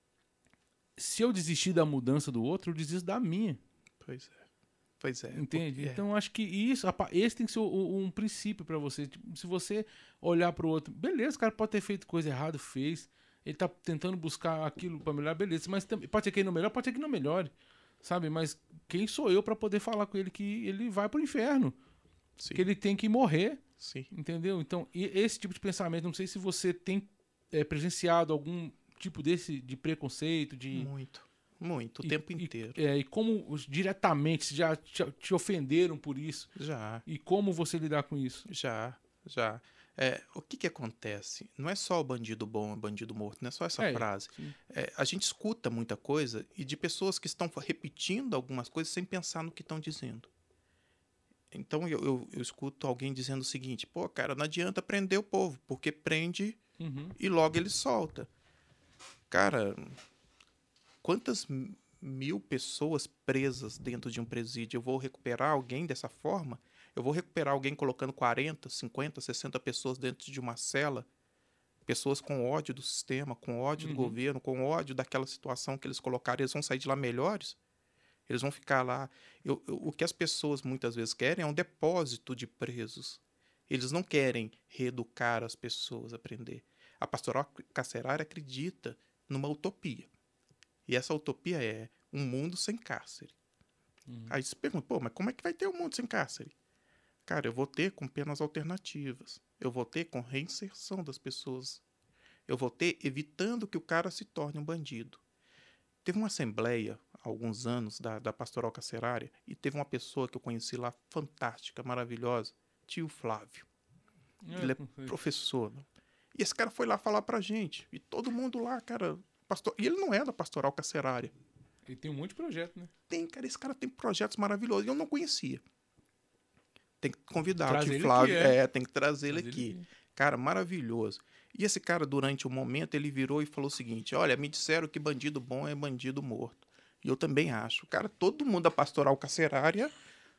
se eu desistir da mudança do outro, eu desisto da minha. Pois é. Pois é. Entende? Porque, é. Então, acho que isso, esse tem que ser um princípio pra você. Tipo, se você olhar pro outro, beleza, o cara pode ter feito coisa errada, fez. Ele tá tentando buscar aquilo pra melhorar, beleza. Mas pode ser que ele não melhore, pode ser que não melhore. Sabe? Mas quem sou eu pra poder falar com ele que ele vai pro inferno? Sim. Que ele tem que morrer. Sim. Entendeu? Então, esse tipo de pensamento, não sei se você tem é, presenciado algum tipo desse de preconceito, de... Muito. Muito, o e, tempo e, inteiro. É, e como os, diretamente já te, te ofenderam por isso. Já. E como você lidar com isso? Já, já. É, o que que acontece? Não é só o bandido bom, o bandido morto, não é só essa É, frase. É, a gente escuta muita coisa e de pessoas que estão repetindo algumas coisas sem pensar no que estão dizendo. Então eu, eu, eu escuto alguém dizendo o seguinte, pô, cara, não adianta prender o povo, porque prende Uhum. e logo ele solta. Cara, quantas mil pessoas presas dentro de um presídio? Eu vou recuperar alguém dessa forma? Eu vou recuperar alguém colocando quarenta, cinquenta, sessenta pessoas dentro de uma cela? Pessoas com ódio do sistema, com ódio Uhum. do governo, com ódio daquela situação que eles colocaram. Eles vão sair de lá melhores? Eles vão ficar lá... Eu, eu, o que as pessoas muitas vezes querem é um depósito de presos. Eles não querem reeducar as pessoas a aprender. A pastoral carcerária acredita numa utopia. E essa utopia é um mundo sem cárcere. Uhum. Aí você pergunta, pô, mas como é que vai ter um mundo sem cárcere? Cara, eu vou ter com penas alternativas. Eu vou ter com reinserção das pessoas. Eu vou ter evitando que o cara se torne um bandido. Teve uma assembleia, há alguns anos, da, da pastoral carcerária, e teve uma pessoa que eu conheci lá, fantástica, maravilhosa, tio Flávio. É, Ele é professor. Né? E esse cara foi lá falar pra gente. E todo mundo lá, cara... Pastor... E ele não é da pastoral carcerária. Ele tem um monte de projeto, né? Tem, cara. Esse cara tem projetos maravilhosos. E eu não conhecia. Tem que convidar Trazer o tio ele Flávio. aqui, é. é, tem que trazer ele Trazer aqui. ele aqui. Cara, maravilhoso. E esse cara, durante o momento, ele virou e falou o seguinte: olha, me disseram que bandido bom é bandido morto. E eu também acho. Cara, todo mundo da pastoral carcerária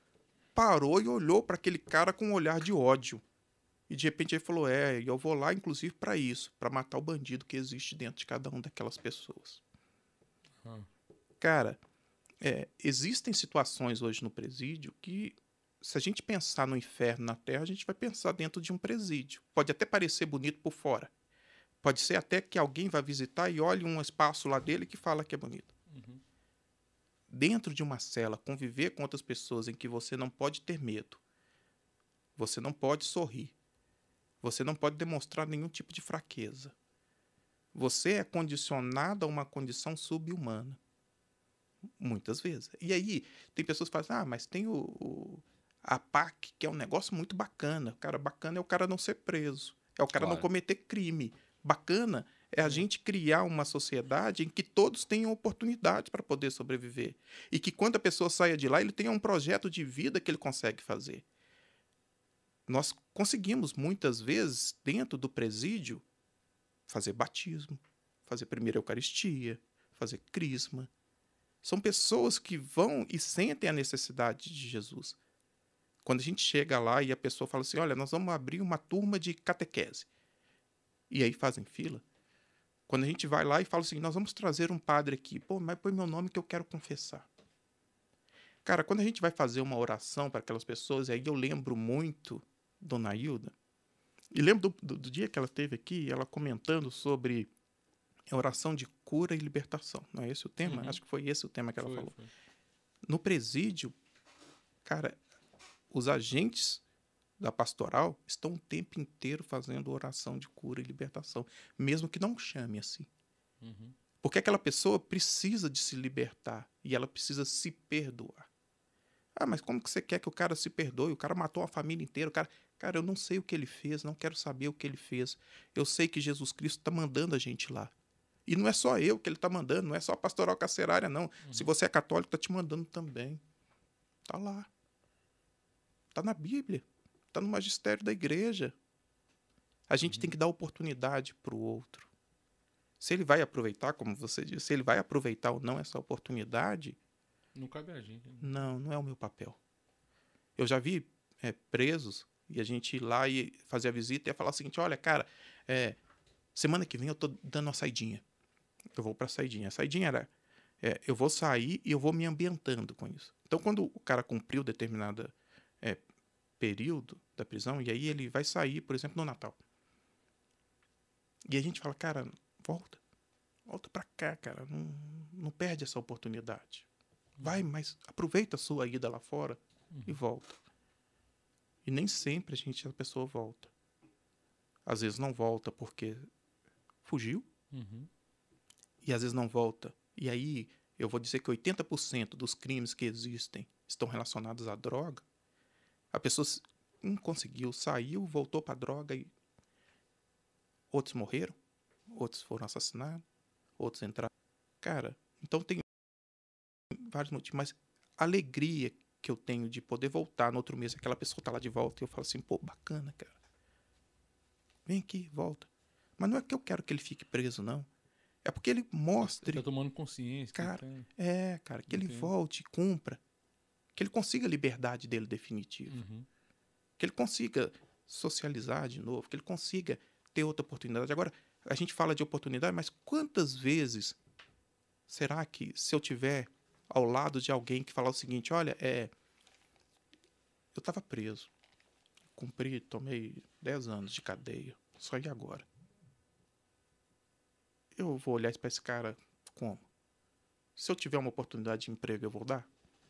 parou e olhou para aquele cara com um olhar de ódio. E de repente ele falou, é, eu vou lá inclusive para isso, para matar o bandido que existe dentro de cada uma daquelas pessoas. Ah. Cara, é, existem situações hoje no presídio que, se a gente pensar no inferno na Terra, a gente vai pensar dentro de um presídio. Pode até parecer bonito por fora. Pode ser até que alguém vá visitar e olhe um espaço lá dele que fala que é bonito. Uhum. Dentro de uma cela, conviver com outras pessoas em que você não pode ter medo, você não pode sorrir, você não pode demonstrar nenhum tipo de fraqueza. Você é condicionado a uma condição subhumana. Muitas vezes. E aí, tem pessoas que falam assim, ah, mas tem o, o, a P A C, que é um negócio muito bacana. O cara bacana é o cara não ser preso. É o cara Claro. não cometer crime. Bacana é a gente criar uma sociedade em que todos tenham oportunidade para poder sobreviver. E que quando a pessoa saia de lá, ele tenha um projeto de vida que ele consegue fazer. Nós conseguimos, muitas vezes, dentro do presídio, fazer batismo, fazer primeira Eucaristia, fazer crisma. São pessoas que vão e sentem a necessidade de Jesus. Quando a gente chega lá e a pessoa fala assim, olha, nós vamos abrir uma turma de catequese. E aí fazem fila. Quando a gente vai lá e fala assim, nós vamos trazer um padre aqui. Pô, mas põe meu nome que eu quero confessar. Cara, quando a gente vai fazer uma oração para aquelas pessoas, e aí eu lembro muito Dona Hilda, e lembro do, do, do dia que ela esteve aqui, ela comentando sobre a oração de cura e libertação. Não é esse o tema? Uhum. Acho que foi esse o tema que ela Foi, falou. foi. No presídio, cara, os agentes da pastoral estão o tempo inteiro fazendo oração de cura e libertação, mesmo que não chame assim. Uhum. Porque aquela pessoa precisa de se libertar e ela precisa se perdoar. Ah, mas como que você quer que o cara se perdoe? O cara matou a família inteira. O cara... cara, eu não sei o que ele fez, não quero saber o que ele fez. Eu sei que Jesus Cristo está mandando a gente lá. E não é só eu que ele está mandando, não é só a pastoral carcerária, não. Uhum. Se você é católico, está te mandando também. Está lá. Está na Bíblia. Está no magistério da igreja. A gente uhum. tem que dar oportunidade para o outro. Se ele vai aproveitar, como você disse, se ele vai aproveitar ou não essa oportunidade... Não cabe a gente. Né? Não, não é o meu papel. Eu já vi é, presos e a gente ir lá e fazer a visita e ia falar o seguinte, olha, cara, é, semana que vem eu tô dando uma saidinha. Eu vou pra saidinha. A saidinha era, é, eu vou sair e eu vou me ambientando com isso. Então, quando o cara cumpriu determinado é, período da prisão, e aí ele vai sair, por exemplo, no Natal. E a gente fala, cara, volta. Volta pra cá, cara. Não, não perde essa oportunidade. Vai, mas aproveita a sua ida lá fora uhum. e volta. E nem sempre a gente, a pessoa volta. Às vezes não volta porque fugiu. Uhum. E às vezes não volta. E aí, eu vou dizer que oitenta por cento dos crimes que existem estão relacionados à droga. A pessoa não conseguiu, saiu, voltou para a droga e outros morreram, outros foram assassinados, outros entraram. Cara, então tem vários motivos, mas a alegria que eu tenho de poder voltar no outro mês, aquela pessoa tá lá de volta e eu falo assim, pô, bacana, cara. Vem aqui, volta. Mas não é que eu quero que ele fique preso, não. É porque ele mostre... Ele tá tomando consciência. Cara, tem... é, cara, que ele volte, cumpra. Que ele consiga a liberdade dele definitiva. Uhum. Que ele consiga socializar de novo, que ele consiga ter outra oportunidade. Agora, a gente fala de oportunidade, mas quantas vezes será que se eu tiver ao lado de alguém que falar o seguinte, olha, é, eu estava preso, cumpri, tomei dez anos de cadeia, só e agora? Eu vou olhar para esse cara como? Se eu tiver uma oportunidade de emprego, eu vou dar?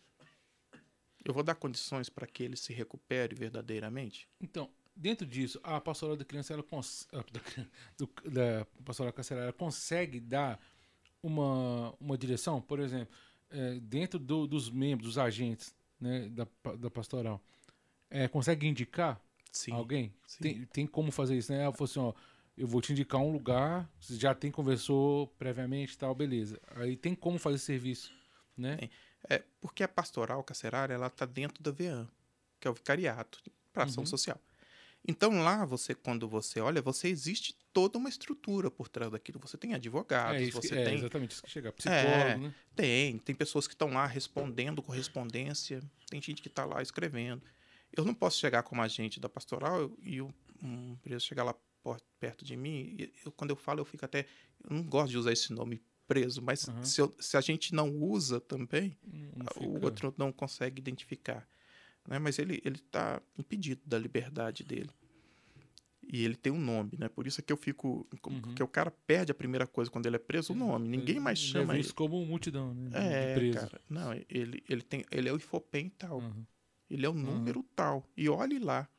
Eu vou dar condições para que ele se recupere verdadeiramente? Então, dentro disso, a pastoral da criança, ela cons... do, da pastoral carcerária, ela consegue dar uma, uma direção, por exemplo, é, dentro do, dos membros, dos agentes, né, da, da pastoral, é, consegue indicar sim, alguém? Sim. Tem, tem como fazer isso, né? Ela falou assim, ó, eu vou te indicar um lugar, você já tem, conversou previamente e tal, beleza. Aí tem como fazer serviço, né? É, é porque a pastoral carcerária, ela está dentro da V E A M, que é o vicariato para ação uhum. social. Então lá, você, quando você olha, você existe toda uma estrutura por trás daquilo. Você tem advogados, é isso você que, tem... É exatamente isso que chega. Psicólogo, é, né? Tem, tem pessoas que estão lá respondendo correspondência, tem gente que está lá escrevendo. Eu não posso chegar como agente da pastoral e um preso chegar lá perto de mim, e eu, quando eu falo, eu fico até... Eu não gosto de usar esse nome preso, mas uhum. se, eu, se a gente não usa também, o outro não consegue identificar. Né? Mas ele está impedido da liberdade dele. E ele tem um nome, né? Por isso é que eu fico... Uhum. Porque o cara perde a primeira coisa quando ele é preso, o nome. Ninguém mais ele chama é isso como multidão, né? É, de preso. cara. Não, ele, ele, tem, ele é o Ifopem tal. Uhum. Ele é o número uhum. tal. E olhe lá.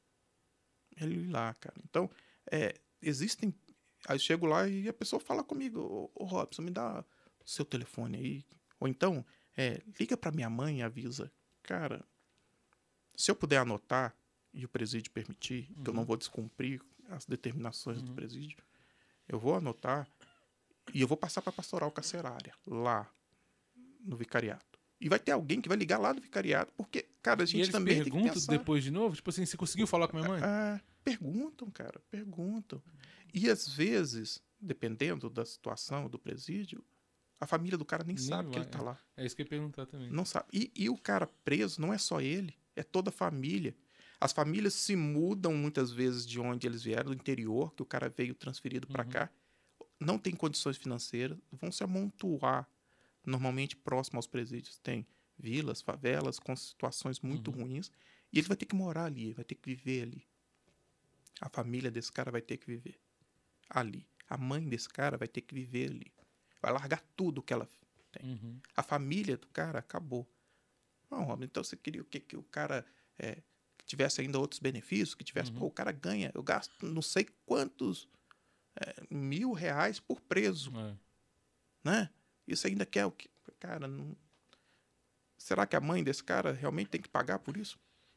Ele lá, cara. Então, é, existem... Aí eu chego lá e a pessoa fala comigo, ô, ô Robson, me dá o seu telefone aí. Ou então, é, liga pra minha mãe e avisa. Cara, se eu puder anotar e o presídio permitir, uhum. que eu não vou descumprir as determinações uhum. do presídio, eu vou anotar e eu vou passar pra pastoral carcerária, lá no vicariato. E vai ter alguém que vai ligar lá do vicariato, porque, cara, a gente e eles também tem que pensar... depois de novo? Tipo assim, você conseguiu falar com a minha mãe? É, perguntam, cara, perguntam. E às vezes, dependendo da situação do presídio, A família do cara nem, Nem sabe que vai, ele tá é. lá. É isso que eu ia perguntar também. Não sabe. E, e o cara preso não é só ele, é toda a família. As famílias se mudam muitas vezes de onde eles vieram, do interior, que o cara veio transferido para Uhum. cá. Não tem condições financeiras, vão se amontoar. Normalmente próximo aos presídios tem vilas, favelas com situações muito Uhum. ruins. E ele vai ter que morar ali, vai ter que viver ali. A família desse cara vai ter que viver ali. A mãe desse cara vai ter que viver ali. Vai largar tudo que ela tem. Uhum. A família do cara acabou. Não, Robin, então você queria o quê? Que o cara é, que tivesse ainda outros benefícios? Que tivesse, Uhum. pô, o cara ganha, eu gasto não sei quantos é, mil reais por preso, É. né? Isso ainda quer o quê? Cara, não... será que a mãe desse cara realmente tem que pagar por isso?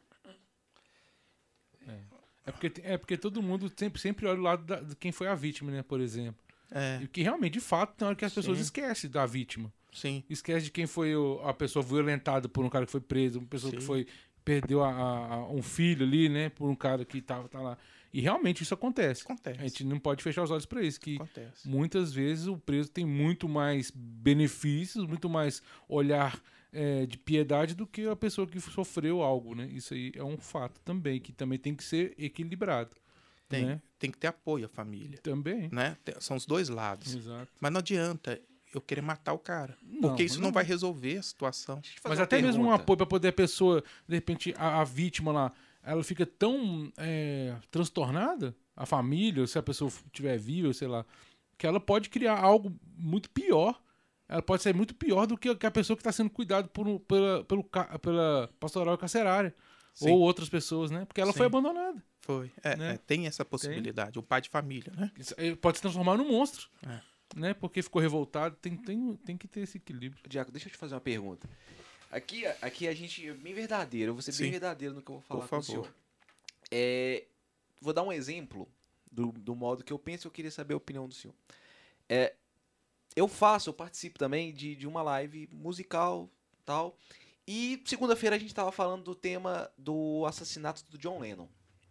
É, porque, é porque todo mundo sempre, sempre olha o lado da, de quem foi a vítima, né, por exemplo. É, E que realmente, de fato, tem hora que as pessoas Sim. esquecem da vítima. sim, Esquece de quem foi o- a pessoa violentada por um cara que foi preso, uma pessoa Sim. que foi perdeu a, a- a- um filho ali, né, por um cara que tava tá lá. E realmente isso acontece. acontece. A gente não pode fechar os olhos para isso, que Acontece. muitas vezes o preso tem muito mais benefícios, muito mais olhar é, de piedade do que a pessoa que sofreu algo, né? Isso aí é um fato também, que também tem que ser equilibrado. Tem, Né? tem que ter apoio à família, Também. né? Tem- São os dois lados. Exato. Mas não adianta eu querer matar o cara, Não, porque isso não, não. vai resolver a situação. Deixa eu te fazer Mas uma até mesmo um pergunta. apoio para poder a pessoa, de repente, a, a vítima lá, ela fica tão é, transtornada, a família, se a pessoa estiver viva, sei lá, que ela pode criar algo muito pior. Ela pode ser muito pior do que a pessoa que está sendo cuidada por, um- pela, pelo, ca- pela pastoral carcerária. Sim. Ou outras pessoas, né? Porque ela Sim. foi abandonada. Foi. É, Né? é, tem essa possibilidade. O pai de família, né? Isso aí pode se transformar num monstro. É. Né? Porque ficou revoltado. Tem, tem, tem que ter esse equilíbrio. Diaco, deixa eu te fazer uma pergunta. Aqui, aqui a gente é bem verdadeiro, eu vou ser Sim. bem verdadeiro no que eu vou falar Por com o favor. senhor. É, vou dar um exemplo do, do modo que eu penso e eu queria saber a opinião do senhor. É, eu faço, eu participo também de, de uma live musical tal. E segunda-feira a gente estava falando do tema do assassinato do John Lennon.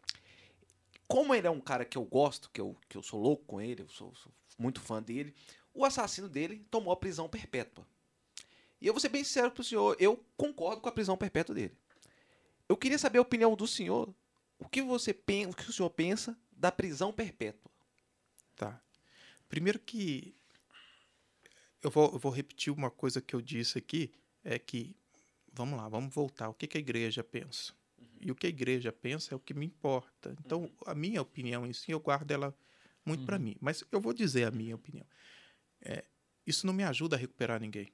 Como ele é um cara que eu gosto, que eu, que eu sou louco com ele, eu sou, sou muito fã dele, o assassino dele tomou a prisão perpétua. E eu vou ser bem sincero pro senhor, eu concordo com a prisão perpétua dele. Eu queria saber a opinião do senhor, o que você pensa, o que o senhor pensa da prisão perpétua? Tá. Primeiro que eu vou, eu vou repetir uma coisa que eu disse aqui, é que, vamos lá, vamos voltar. O que, que a igreja pensa? E o que a igreja pensa é o que me importa. Então, a minha opinião em si, eu guardo ela muito Uhum. para mim. Mas eu vou dizer a minha opinião. É, isso não me ajuda a recuperar ninguém.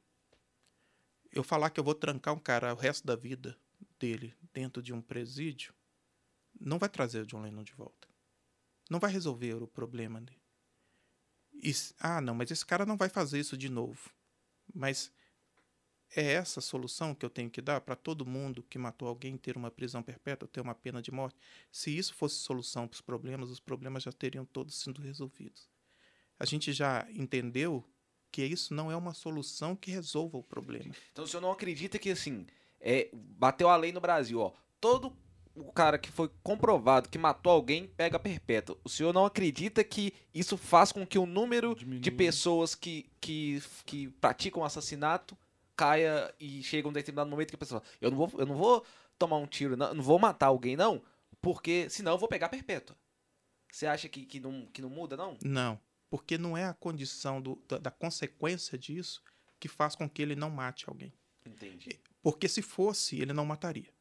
Eu falar que eu vou trancar um cara o resto da vida dele dentro de um presídio, não vai trazer o John Lennon de volta. Não vai resolver o problema dele. E, ah, não, mas esse cara não vai fazer isso de novo. Mas é essa a solução que eu tenho que dar para todo mundo que matou alguém ter uma prisão perpétua, ter uma pena de morte? Se isso fosse solução para os problemas, os problemas já teriam todos sido resolvidos. A gente já entendeu que isso não é uma solução que resolva o problema. Então o senhor não acredita que, assim, é, bateu a lei no Brasil, ó, todo o cara que foi comprovado que matou alguém pega perpétua. O senhor não acredita que isso faz com que o número Diminui. de pessoas que, que, que praticam assassinato caia e chega um determinado momento que a pessoa fala, eu não vou, eu não vou tomar um tiro, não, eu não vou matar alguém, não, porque senão eu vou pegar perpétua. Você acha que, que, não, que não muda, não? Não, porque não é a condição do, da, da consequência disso que faz com que ele não mate alguém. Entendi. Porque se fosse, ele não mataria.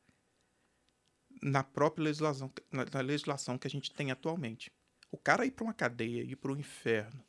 Na própria legislação, na, na legislação que a gente tem atualmente. O cara ir para uma cadeia, ir para o inferno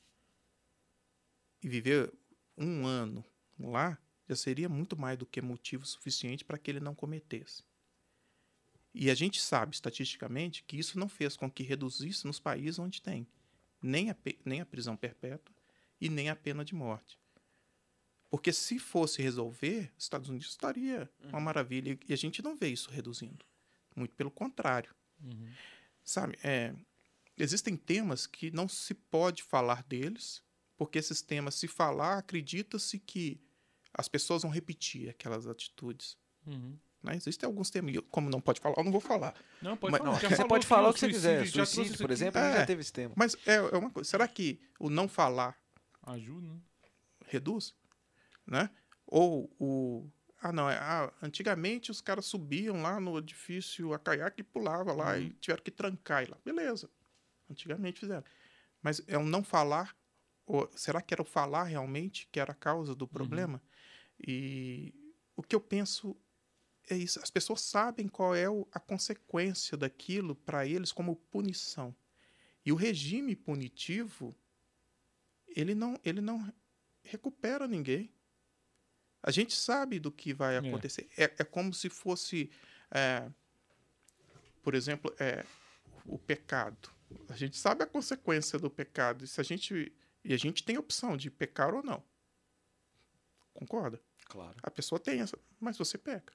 e viver um ano lá, já seria muito mais do que motivo suficiente para que ele não cometesse. E a gente sabe, estatisticamente, que isso não fez com que reduzisse nos países onde tem nem a, nem a prisão perpétua e nem a pena de morte. Porque se fosse resolver, os Estados Unidos estaria uma maravilha. E a gente não vê isso reduzindo. Muito pelo contrário. Uhum. Sabe, é, existem temas que não se pode falar deles, porque esses temas, se falar, acredita-se que as pessoas vão repetir aquelas atitudes. Uhum. Né? Existem alguns temas, e eu, como não pode falar, eu não vou falar. Não, pode Mas- falar. não, já Você falou pode que falar o o que você quiser. suicídio, já trouxe Suicídio, isso por aqui. exemplo, a gente É. já teve esse tema. Mas é, é uma coisa. Será que o não falar Ajuda, né? reduz, né? Ou o... Ah, não, é, ah, antigamente os caras subiam lá no edifício a caiaque e pulavam lá Uhum. e tiveram que trancar lá. Beleza, antigamente fizeram. Mas é o não falar, ou será que era o falar realmente que era a causa do problema? E o que eu penso é isso, as pessoas sabem qual é o, a consequência daquilo para eles como punição. E o regime punitivo, ele não, ele não recupera ninguém. A gente sabe do que vai acontecer. É, é como se fosse, é, por exemplo, é, o pecado. A gente sabe a consequência do pecado. E, se a gente, e a gente tem a opção de pecar ou não. Concorda? Claro. A pessoa tem essa, mas você peca.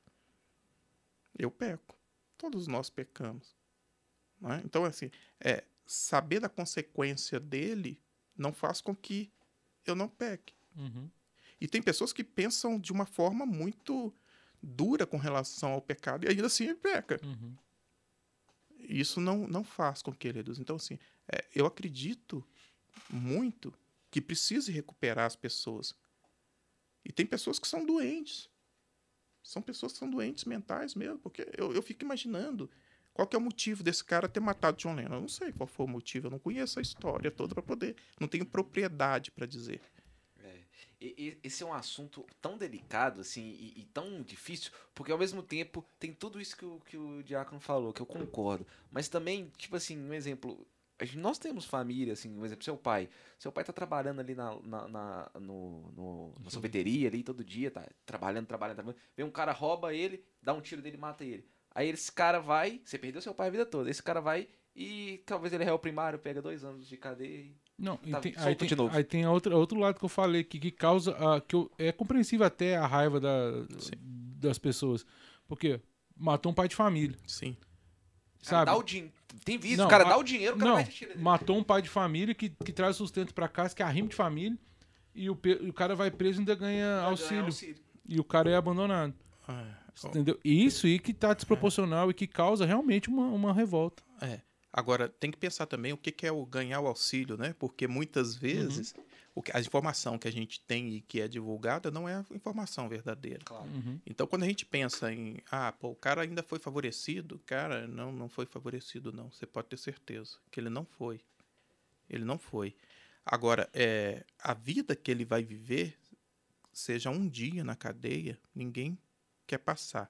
Eu peco. Todos nós pecamos. Não é? Então, assim, é, saber da consequência dele não faz com que eu não peque. Uhum. E tem pessoas que pensam de uma forma muito dura com relação ao pecado e ainda assim peca. Uhum. Isso não, não faz com que ele reduza. Então, assim, é, eu acredito muito que precise recuperar as pessoas. E tem pessoas que são doentes. São pessoas que são doentes mentais mesmo, porque eu, eu fico imaginando qual que é o motivo desse cara ter matado John Lennon. Eu não sei qual foi o motivo, eu não conheço a história toda para poder, não tenho propriedade para dizer. É. E, e, esse é um assunto tão delicado, assim, e, e tão difícil, porque ao mesmo tempo tem tudo isso que o, que o Diácono falou, que eu concordo, mas também, tipo assim, um exemplo, a gente- nós temos família, assim, um exemplo, seu pai, seu pai tá trabalhando ali na, na, na, no, no- na sorveteria ali todo dia, tá trabalhando, trabalhando, trabalhando, vem um cara, rouba ele, dá um tiro dele e mata ele. Aí esse cara vai, você perdeu seu pai a vida toda, esse cara vai e talvez ele é réu primário, pega dois anos de cadeia e Não, e Tá tem, solto aí, tem, de novo. aí tem a outra, outro lado que eu falei que, que causa a, que eu, é compreensível até a raiva da, das pessoas, porque matou um pai de família, Sim. Cara, sabe? dá o din... Tem vídeo, Não, o cara a- dá o dinheiro, o cara Não, vai te tirar dele. matou um pai de família que, que traz sustento pra casa, que é arrimo de família, e o, pe- e o cara vai preso e ainda ganha Vai auxílio, ganhar auxílio. e o cara é abandonado. Ah, Entendeu? E isso aí que tá desproporcional e que causa realmente uma, uma revolta. é. Agora, tem que pensar também o que que é o ganhar o auxílio, né? Porque muitas vezes o que- a informação que a gente tem e que é divulgada não é a informação verdadeira. Claro. Uhum. Então, quando a gente pensa em, ah, pô, o cara ainda foi favorecido, cara, não, não foi favorecido, não. Você pode ter certeza que ele não foi. Ele não foi. Agora, é, a vida que ele vai viver, seja um dia na cadeia, ninguém quer passar.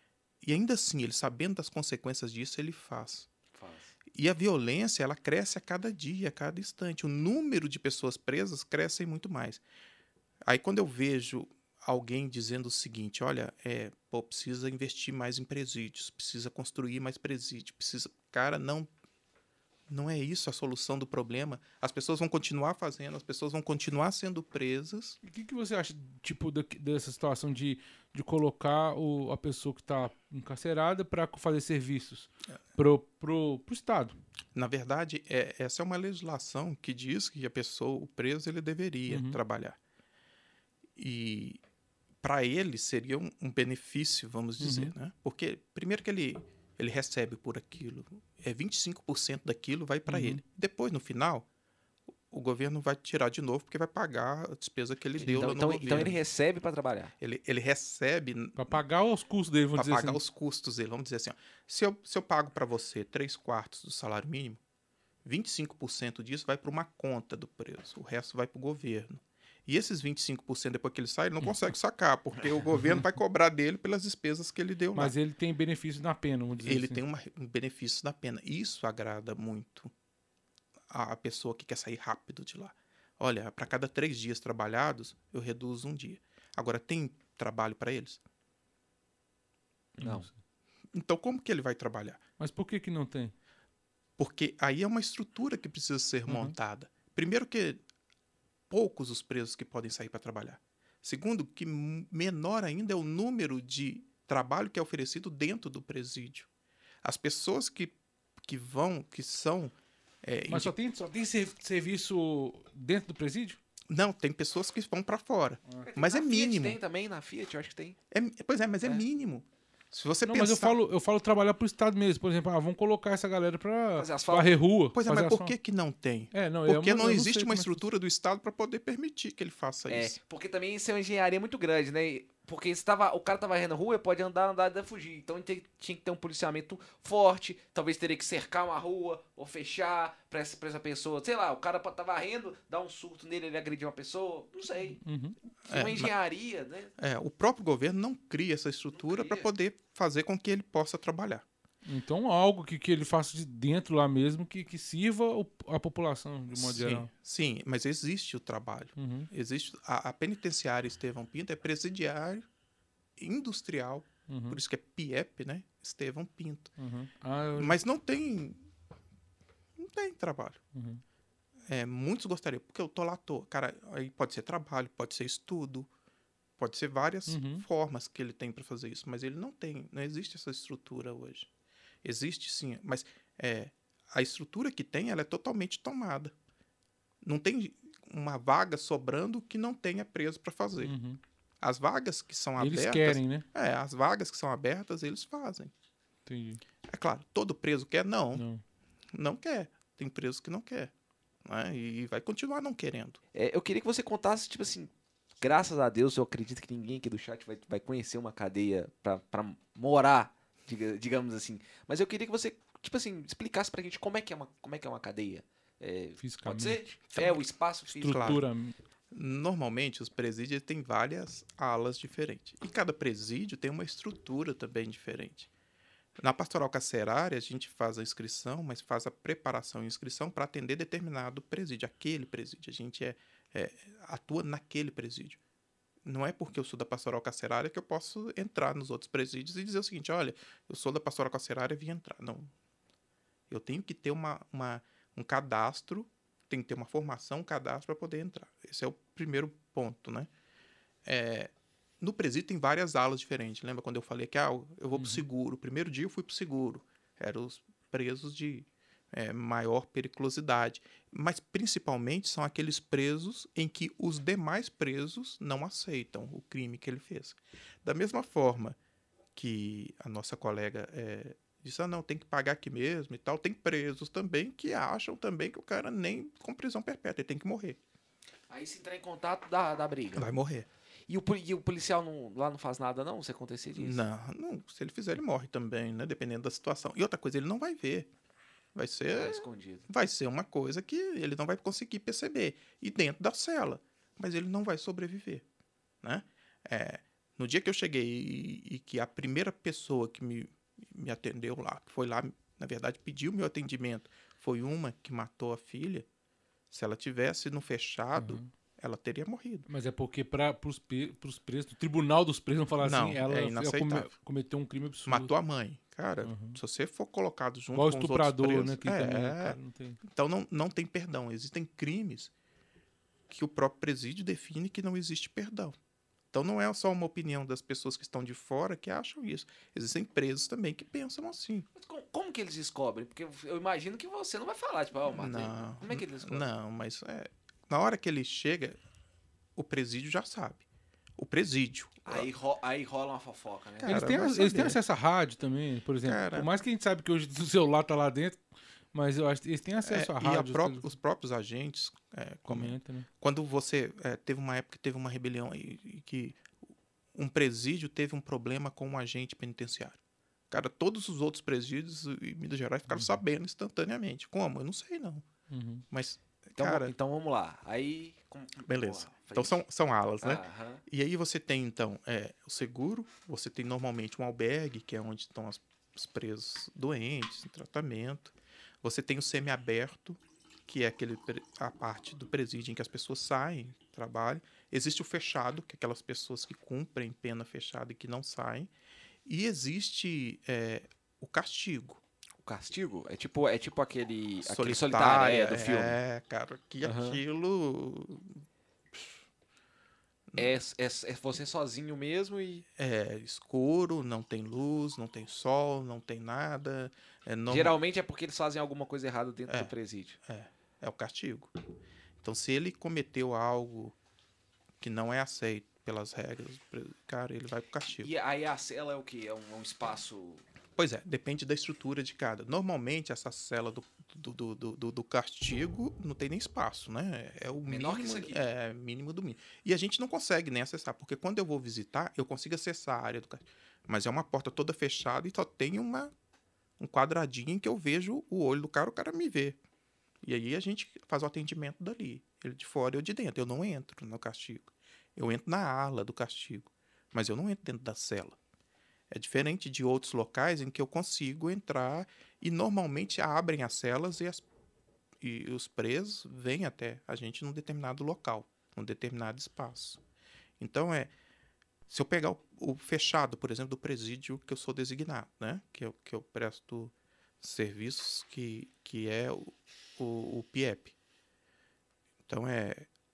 E ainda assim, ele sabendo das consequências disso, ele faz. Faz. E a violência, ela cresce a cada dia, a cada instante. O número de pessoas presas cresce muito mais. Aí quando eu vejo alguém dizendo o seguinte, olha, é, pô, precisa investir mais em presídios, precisa construir mais presídios, precisa... Cara, não, não é isso a solução do problema. As pessoas vão continuar fazendo, as pessoas vão continuar sendo presas. E o que, que você acha, tipo, da- dessa situação de, de colocar o, a pessoa que está encarcerada para fazer serviços pro, pro, pro Estado? Na verdade, é, essa é uma legislação que diz que a pessoa, o preso, ele deveria Uhum. trabalhar. E para ele seria um, um benefício, vamos dizer, né? Porque primeiro que ele, ele recebe por aquilo, é vinte e cinco por cento daquilo vai para Uhum. ele. Depois, no final, o governo vai tirar de novo porque vai pagar a despesa que ele deu Então, lá no então, governo. então ele recebe pra trabalhar. ele, ele recebe Para pagar os custos dele, vamos para dizer pagar assim. os custos dele. Vamos dizer assim, ó, se, eu, se eu pago para você três quartos do salário mínimo, vinte e cinco por cento disso vai para uma conta do preso, o resto vai para o governo. E esses vinte e cinco por cento depois que ele sai, ele não consegue sacar, porque o governo vai cobrar dele pelas despesas que ele deu lá. Mas ele tem benefício na pena, vamos dizer Ele assim. tem uma, um benefício da pena. Isso agrada muito a, a pessoa que quer sair rápido de lá. Olha, para cada três dias trabalhados, eu reduzo um dia. Agora, tem trabalho para eles? Não. Então, como que ele vai trabalhar? Mas por que que não tem? Porque aí é uma estrutura que precisa ser Uhum. montada. Primeiro que poucos os presos que podem sair para trabalhar. Segundo, que m- menor ainda é o número de trabalho que é oferecido dentro do presídio. As pessoas que, que vão, que são... é, Mas indi- só tem, só tem ser- serviço dentro do presídio? Não, tem pessoas que vão para fora. Mas na é Fiat mínimo. tem também, na Fiat, eu acho que tem. É, pois é, mas é, É. mínimo. Se você Não, pensar... mas eu falo, eu falo trabalhar pro Estado mesmo. Por exemplo, ah, vamos colocar essa galera pra Fazer asfalto. varrer rua. Pois é, fazer mas por asfalto. que que não tem? É, não, Porque eu, não eu existe sei uma como é que- estrutura do Estado para poder permitir que ele faça É, isso. porque também isso é uma engenharia muito grande, né? Porque se tava, o cara tá varrendo a rua, pode andar, andar e deve fugir. Então tem- tinha que ter um policiamento forte, talvez teria que cercar uma rua, ou fechar pra essa, pra essa pessoa. Sei lá, o cara tá varrendo, dá um surto nele, ele agredir uma pessoa. Não sei. Uhum. Tem uma É, engenharia, né? É, o próprio governo não cria essa estrutura Não para cria. poder fazer com que ele possa trabalhar. Então, algo que, que ele faça de dentro lá mesmo, que, que sirva o- a população, de modo sim, geral. sim, mas existe o trabalho. Uhum, Existe a, a penitenciária Estevão Pinto é presidiário industrial, uhum, por isso que é P I E P, né? Estevão Pinto. uhum. Ah, eu- Mas não tem não tem trabalho. uhum. É, muitos gostariam, porque eu tô lá à toa. Cara, aí pode ser trabalho, pode ser estudo, pode ser várias Uhum. formas que ele tem para fazer isso, mas ele não tem, não existe essa estrutura hoje. Existe sim, mas é, a estrutura que tem, ela é totalmente tomada. Não tem uma vaga sobrando que não tenha preso para fazer. Uhum. As vagas que são Eles abertas, querem, né? é, as vagas que são abertas, eles fazem. Entendi. É claro, todo preso quer? Não, Não. não quer. Tem preso que não quer, né? E vai continuar não querendo. É, eu queria que você contasse, tipo assim, graças a Deus, eu acredito que ninguém aqui do chat vai, vai conhecer uma cadeia pra, pra morar, diga- digamos assim. Mas eu queria que você, tipo assim, explicasse pra gente como é que é uma, como é que é uma cadeia. É, pode Fisicamente. ser? É, o espaço físico. Estrutura. Normalmente, os presídios têm várias alas diferentes. E cada presídio tem uma estrutura também diferente. Na pastoral carcerária, a gente faz a inscrição, mas faz a preparação e inscrição para atender determinado presídio, aquele presídio. A gente é, é, atua naquele presídio. Não é porque eu sou da pastoral carcerária que eu posso entrar nos outros presídios e dizer o seguinte, olha, eu sou da pastoral carcerária e vim entrar. Não. Eu tenho que ter uma, uma, um cadastro, tem que ter uma formação, um cadastro para poder entrar. Esse é o primeiro ponto, né? É, no presídio tem várias alas diferentes. Lembra quando eu falei que ah, eu vou para o seguro? O primeiro dia eu fui para o seguro. Eram os presos de é, maior periculosidade. Mas, principalmente, são aqueles presos em que os demais presos não aceitam o crime que ele fez. Da mesma forma que a nossa colega é, disse, ah, não, tem que pagar aqui mesmo e tal, tem presos também que acham também que o cara nem com prisão perpétua, ele tem que morrer. Aí se entrar em contato, dá, dá briga. Vai morrer. E o, poli- e o policial não- lá não faz nada não, se acontecer disso? Não, não, se ele fizer, ele morre também, né? Dependendo da situação. E outra coisa, ele não vai ver. Vai É ser, escondido. vai ser uma coisa que ele não vai conseguir perceber. E dentro da cela. Mas ele não vai sobreviver, né? É, no dia que eu cheguei e, e que a primeira pessoa que me, me atendeu lá, que foi lá, na verdade, pediu meu atendimento, foi uma que matou a filha, se ela tivesse no fechado, Uhum. ela teria morrido. Mas é porque para os presos, o tribunal dos presos, vamos falar Não, assim, ela, é ela inaceitável. come- cometeu um crime absurdo. Matou a mãe. Cara, Uhum. se você for colocado junto Igual com estuprador, os outros né? presos... Que é, também, cara, não tem... Então não, não tem perdão. Existem crimes que o próprio presídio define que não existe perdão. Então não é só uma opinião das pessoas que estão de fora que acham isso. Existem presos também que pensam assim. Mas como, como que eles descobrem? Porque eu imagino que você não vai falar, tipo, ó, oh, matei. Não, Como é que eles descobrem? Não, mas é, na hora que ele chega, o presídio já sabe. O presídio. Aí, ro- aí rola uma fofoca, né? Cara, Eles têm, vai eles têm saber. acesso à rádio também, por exemplo. Cara. Por mais que a gente sabe que hoje o celular tá lá dentro, mas eu acho que eles têm É, acesso à e a rádio. pró- tudo. os próprios agentes é, comentam. Comenta, né? Quando você é, teve uma época que teve uma rebelião aí e que um presídio teve um problema com um agente penitenciário. Cara, todos os outros presídios em Minas Gerais ficaram sabendo instantaneamente. Como? Eu não sei, não. Uhum. Mas, Então, cara, então vamos lá. Aí. como- beleza. Porra, Então frente. são, são alas, né? Aham. E aí você tem, então, é, o seguro, você tem normalmente um albergue, que é onde estão as- os presos doentes, em tratamento. Você tem o semiaberto, que é aquele, pre- a parte do presídio em que as pessoas saem, trabalham. Existe o fechado, que é aquelas pessoas que cumprem pena fechada e que não saem. E existe é, o castigo. O castigo é tipo, é tipo aquele. Aquele Solitária, solitário é, do filme. É, cara, que Aham. aquilo É, é, é você sozinho mesmo e. é escuro, não tem luz, não tem sol, não tem nada. É, norma- Geralmente é porque eles fazem alguma coisa errada dentro É. do presídio. É, é o castigo. Então, se ele cometeu algo que não é aceito pelas regras, cara, ele vai pro castigo. E aí a cela é o quê? É um, é um espaço... Pois é, depende da estrutura de cada. Normalmente, essa cela do, do, do, do, do castigo não tem nem espaço, né? É o Menor que mínimo, isso aqui. é mínimo do mínimo. E a gente não consegue nem acessar, porque quando eu vou visitar, eu consigo acessar a área do castigo. Mas é uma porta toda fechada e só tem uma, um quadradinho em que eu vejo o olho do cara, o cara me vê. E aí a gente faz o atendimento dali. Ele de fora e eu de dentro. Eu não entro no castigo. Eu entro na ala do castigo. Mas eu não entro dentro da cela. É diferente de outros locais em que eu consigo entrar e normalmente abrem as celas e, as, e os presos vêm até a gente num determinado local, num determinado espaço. Então, é, se eu pegar o, o fechado, por exemplo, do presídio que eu sou designado, né? que, eu, que eu presto serviços, que, que é o, o, o P I E P. Então, é...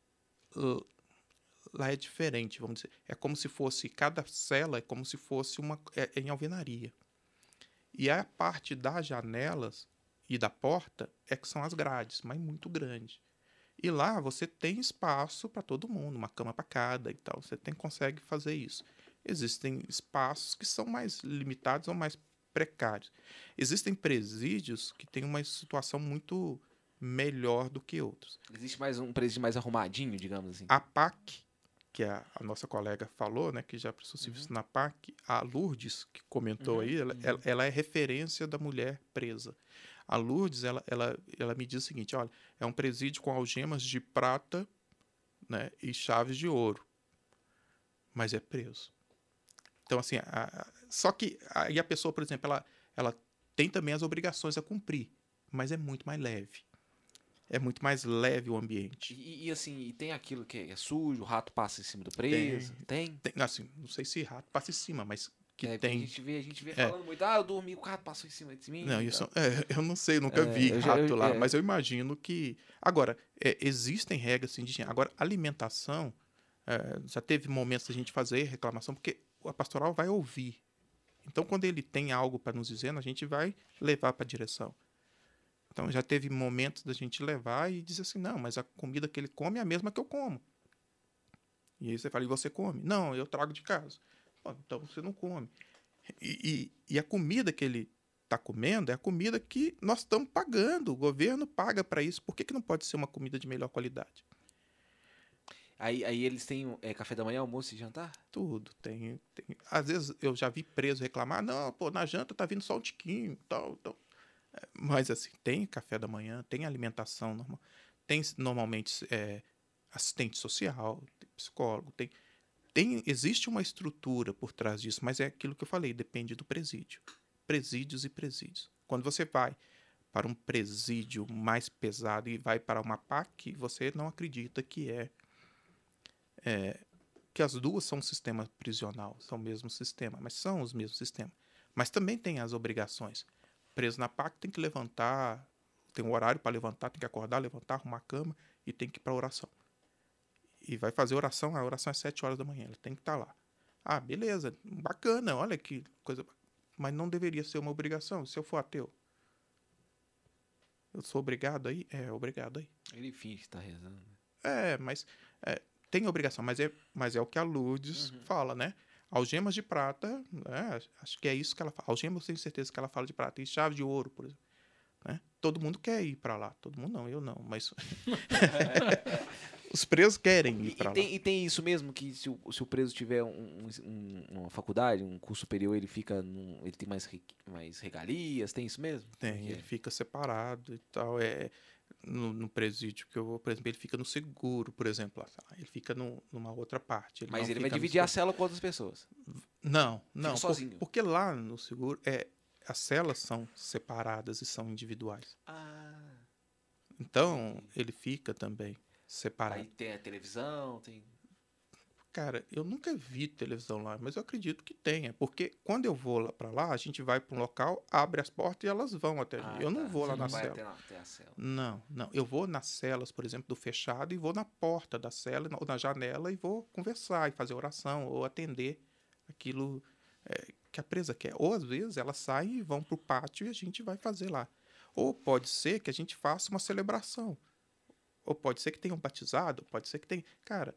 Lá é diferente, vamos dizer. É como se fosse, cada cela é como se fosse uma é, em alvenaria. E a parte das janelas e da porta é que são as grades, mas muito grande. E lá você tem espaço para todo mundo, uma cama para cada e tal. Você tem, consegue fazer isso. Existem espaços que são mais limitados ou mais precários. Existem presídios que têm uma situação muito melhor do que outros. Existe mais um presídio mais arrumadinho, digamos assim. A P A C, que a, a nossa colega falou, né, que já prestou serviço uhum. na P A C, a Lourdes, que comentou uhum. aí, ela, uhum. ela, ela é referência da mulher presa. A Lourdes, ela, ela, ela me diz o seguinte, olha, é um presídio com algemas de prata, né, e chaves de ouro, mas é preso. Então, assim, a, a, só que aí a pessoa, por exemplo, ela, ela tem também as obrigações a cumprir, mas é muito mais leve. É muito mais leve o ambiente. E, e assim, e tem aquilo que é sujo, o rato passa em cima do preso? Tem? Tem, tem assim, não sei se rato passa em cima, mas que é, tem. A gente vê, a gente vê é. falando muito, ah, eu dormi, o rato passou em cima de mim. Não, isso, é, eu não sei, eu nunca é, vi eu rato já, eu, lá, é. mas eu imagino que... Agora, é, existem regras assim, de... Agora, alimentação, é, já teve momentos da gente fazer reclamação, porque a pastoral vai ouvir. Então, quando ele tem algo para nos dizer, a gente vai levar para a direção. Então, já teve momentos da gente levar e dizer assim, não, mas a comida que ele come é a mesma que eu como. E aí você fala, e você come? Não, eu trago de casa. Bom, então, você não come. E, e, e a comida que ele está comendo é a comida que nós estamos pagando. O governo paga para isso. Por que, que não pode ser uma comida de melhor qualidade? Aí, aí eles têm é, café da manhã, almoço e jantar? Tudo. Tem, tem. Às vezes eu já vi preso reclamar, não, pô, na janta tá vindo só um tiquinho, tal, tal. Mas, assim, tem café da manhã, tem alimentação normal, tem, normalmente, é, assistente social, tem psicólogo, tem, tem... Existe uma estrutura por trás disso, mas é aquilo que eu falei, depende do presídio. Presídios e presídios. Quando você vai para um presídio mais pesado e vai para uma P A C, você não acredita que é... é que as duas são um sistema prisional, são o mesmo sistema, mas são os mesmos sistemas. Mas também tem as obrigações. Preso na P A C tem que levantar, tem um horário para levantar, tem que acordar, levantar, arrumar a cama e tem que ir para a oração. E vai fazer oração, a oração é sete horas da manhã, ele tem que estar lá. Ah, beleza, bacana, olha que coisa. Mas não deveria ser uma obrigação, se eu for ateu. Eu sou obrigado aí? É, obrigado aí. Ele finge que está rezando. É, mas é, tem obrigação, mas é, mas é o que a Lourdes uhum. fala, né? Algemas de prata, né? Acho que é isso que ela fala. Algemas, eu tenho certeza que ela fala de prata. E chave de ouro, por exemplo. Né? Todo mundo quer ir para lá. Todo mundo não, eu não, mas... Os presos querem ir para lá. Tem, e tem isso mesmo, que se o, se o preso tiver um, um, uma faculdade, um curso superior, ele fica num, ele tem mais, mais regalias, tem isso mesmo? Tem, ele é? fica separado e tal. É, no, no presídio que eu vou, por exemplo, ele fica no seguro, por exemplo. Lá, ele fica no, numa outra parte. Ele Mas ele vai dividir a cela com outras pessoas? Não, não. Fica sozinho? Por, porque lá no seguro, é, as celas são separadas e são individuais. Ah. Então, sim. Ele fica também separado. Aí tem a televisão, tem... Cara, eu nunca vi televisão lá, mas eu acredito que tenha. Porque quando eu vou lá pra lá, a gente vai para um local, abre as portas e elas vão até a gente. Ah, eu não tá. vou lá Você na não cela. Vai até, até a cela. Não, não. Eu vou nas celas, por exemplo, do fechado, e vou na porta da cela, ou na janela, e vou conversar, e fazer oração, ou atender aquilo é, que a presa quer. Ou, às vezes, elas saem e vão pro pátio e a gente vai fazer lá. Ou pode ser que a gente faça uma celebração. Ou pode ser que tenham batizado, pode ser que tenha... Cara,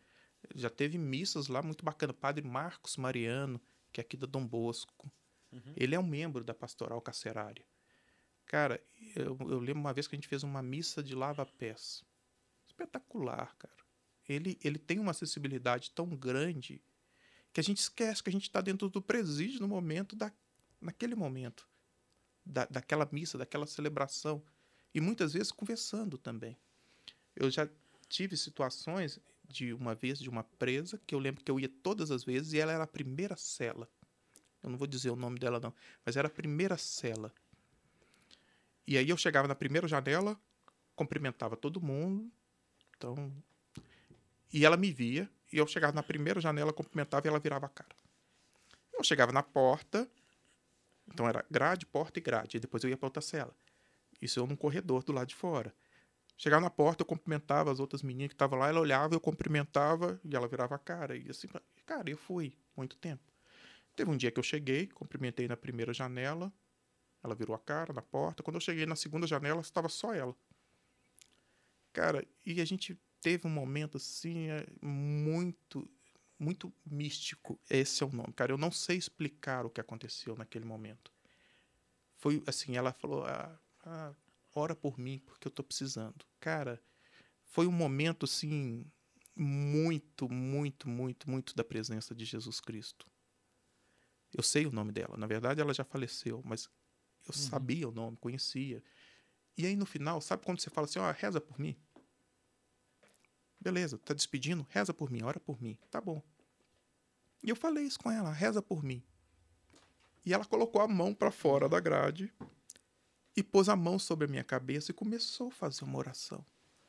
Já teve missas lá muito bacana. Padre Marcos Mariano, que é aqui da Dom Bosco. Uhum. Ele é um membro da Pastoral Carcerária. Cara, eu, eu lembro uma vez que a gente fez uma missa de lava-pés. Espetacular, cara. Ele, ele tem uma acessibilidade tão grande que a gente esquece que a gente está dentro do presídio no momento da, naquele momento. Da, daquela missa, daquela celebração. E muitas vezes conversando também. Eu já tive situações de uma vez de uma presa que eu lembro que eu ia todas as vezes e ela era a primeira cela. Eu não vou dizer o nome dela não, mas era a primeira cela. E aí eu chegava na primeira janela, cumprimentava todo mundo, então... E ela me via, e eu chegava na primeira janela, cumprimentava e ela virava a cara. Eu chegava na porta, então era grade, porta e grade, e depois eu ia para outra cela. Isso eu num corredor do lado de fora. Chegava na porta, eu cumprimentava as outras meninas que estavam lá, ela olhava, eu cumprimentava e ela virava a cara. E assim, cara, eu fui muito tempo. Teve um dia que eu cheguei, cumprimentei na primeira janela, ela virou a cara na porta. Quando eu cheguei na segunda janela, estava só ela. Cara, e a gente teve um momento assim, muito, muito místico. Esse é o nome, cara. Eu não sei explicar o que aconteceu naquele momento. Foi assim, ela falou, ah, ah, ora por mim, porque eu tô precisando. Cara, foi um momento, assim, muito, muito, muito, muito da presença de Jesus Cristo. Eu sei o nome dela. Na verdade, ela já faleceu, mas eu uhum. sabia o nome, conhecia. E aí, no final, sabe quando você fala assim, ó, reza por mim? Beleza, tá despedindo? Reza por mim, ora por mim. Tá bom. E eu falei isso com ela, reza por mim. E ela colocou a mão para fora da grade e pôs a mão sobre a minha cabeça e começou a fazer uma oração.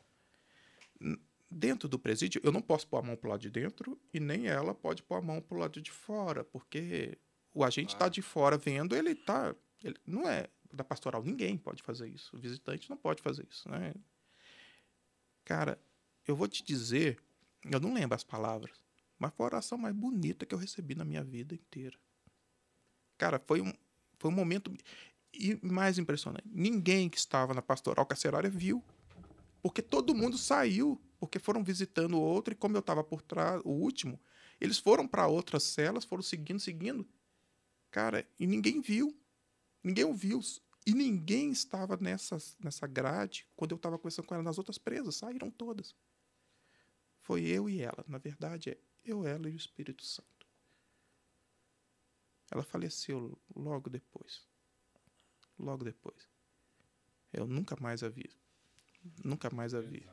Dentro do presídio, eu não posso pôr a mão pro lado de dentro e nem ela pode pôr a mão pro lado de fora, porque o agente está de fora vendo, ele tá... Ele, não é da pastoral, ninguém pode fazer isso. O visitante não pode fazer isso, né? Cara, eu vou te dizer, eu não lembro as palavras, mas foi a oração mais bonita que eu recebi na minha vida inteira. Cara, foi um, foi um momento... E mais impressionante, ninguém que estava na pastoral carcerária viu. Porque todo mundo saiu, porque foram visitando o outro, e como eu estava por trás, o último, eles foram para outras celas, foram seguindo, seguindo. Cara, e ninguém viu. Ninguém ouviu. E ninguém estava nessa, nessa grade quando eu estava conversando com ela nas outras presas. Saíram todas. Foi eu e ela. Na verdade, é eu, ela e o Espírito Santo. Ela faleceu logo depois. Logo depois. Eu nunca mais a vi. Nunca mais a vi.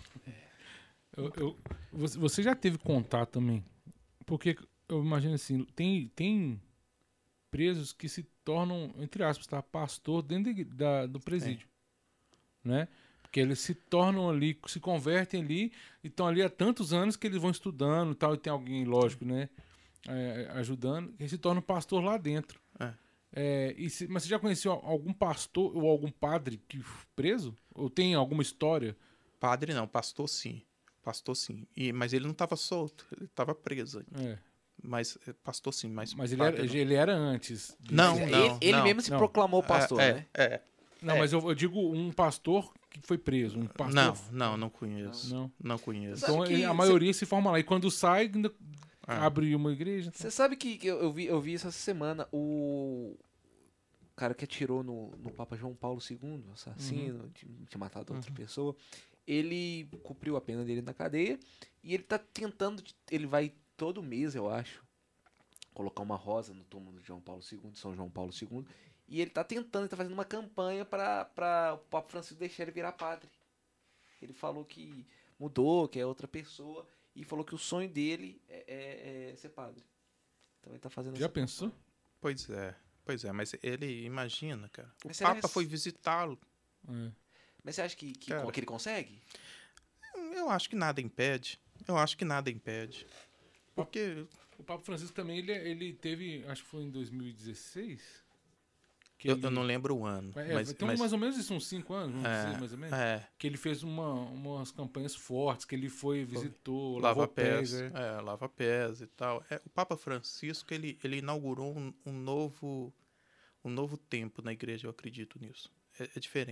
Eu, eu, você já teve contato também? Porque eu imagino assim, tem, tem presos que se tornam, entre aspas, tá, pastor dentro de, da, do presídio. É. Né? Porque eles se tornam ali, se convertem ali, e estão ali há tantos anos que eles vão estudando e tal, e tem alguém, lógico, né, é, ajudando, e se torna pastor lá dentro. É. É, e se, mas você já conheceu algum pastor ou algum padre que preso? Ou tem alguma história? Padre não, pastor sim. Pastor sim. E, mas ele não estava solto, ele estava preso. É. Mas pastor sim, mas... Mas ele era, ele era antes. De... Não, ele, não, Ele não, mesmo se não. proclamou pastor, é, né? É, é. Não, é. mas eu, eu digo um pastor que foi preso. Um pastor... Não, não, não conheço. Não, não conheço. Então que a maioria cê... se forma lá. E quando sai, ainda ah. abre uma igreja. Você sabe que, que eu, eu, vi, eu vi isso essa semana. O... O cara que atirou no, no Papa João Paulo segundo, assassino, uhum. de, de matado outra uhum. pessoa, ele cumpriu a pena dele na cadeia e ele tá tentando, ele vai todo mês, eu acho, colocar uma rosa no túmulo de João Paulo segundo, de São João Paulo segundo, e ele tá tentando, ele tá fazendo uma campanha para para o Papa Francisco deixar ele virar padre. Ele falou que mudou, que é outra pessoa, e falou que o sonho dele é, é, é ser padre. Então ele tá fazendo Já pensou? Campanha. Pois é. Pois é, mas ele imagina, cara. O mas Papa que... foi visitá-lo. É. Mas você acha que, que, cara, que ele consegue? Eu acho que nada impede. Eu acho que nada impede. Porque... O Papa Francisco também, ele, ele teve, acho que foi em dois mil e dezesseis... Que eu, ele... eu não lembro o ano. É, mas, então mas... mais ou menos isso, uns cinco anos, uns é, seis mais ou menos. É. Que ele fez uma, umas campanhas fortes, que ele foi, visitou, lava pés, pés é. é, lava pés e tal. É, o Papa Francisco, ele, ele inaugurou um, um novo... um novo tempo na igreja, eu acredito nisso. É, é diferente.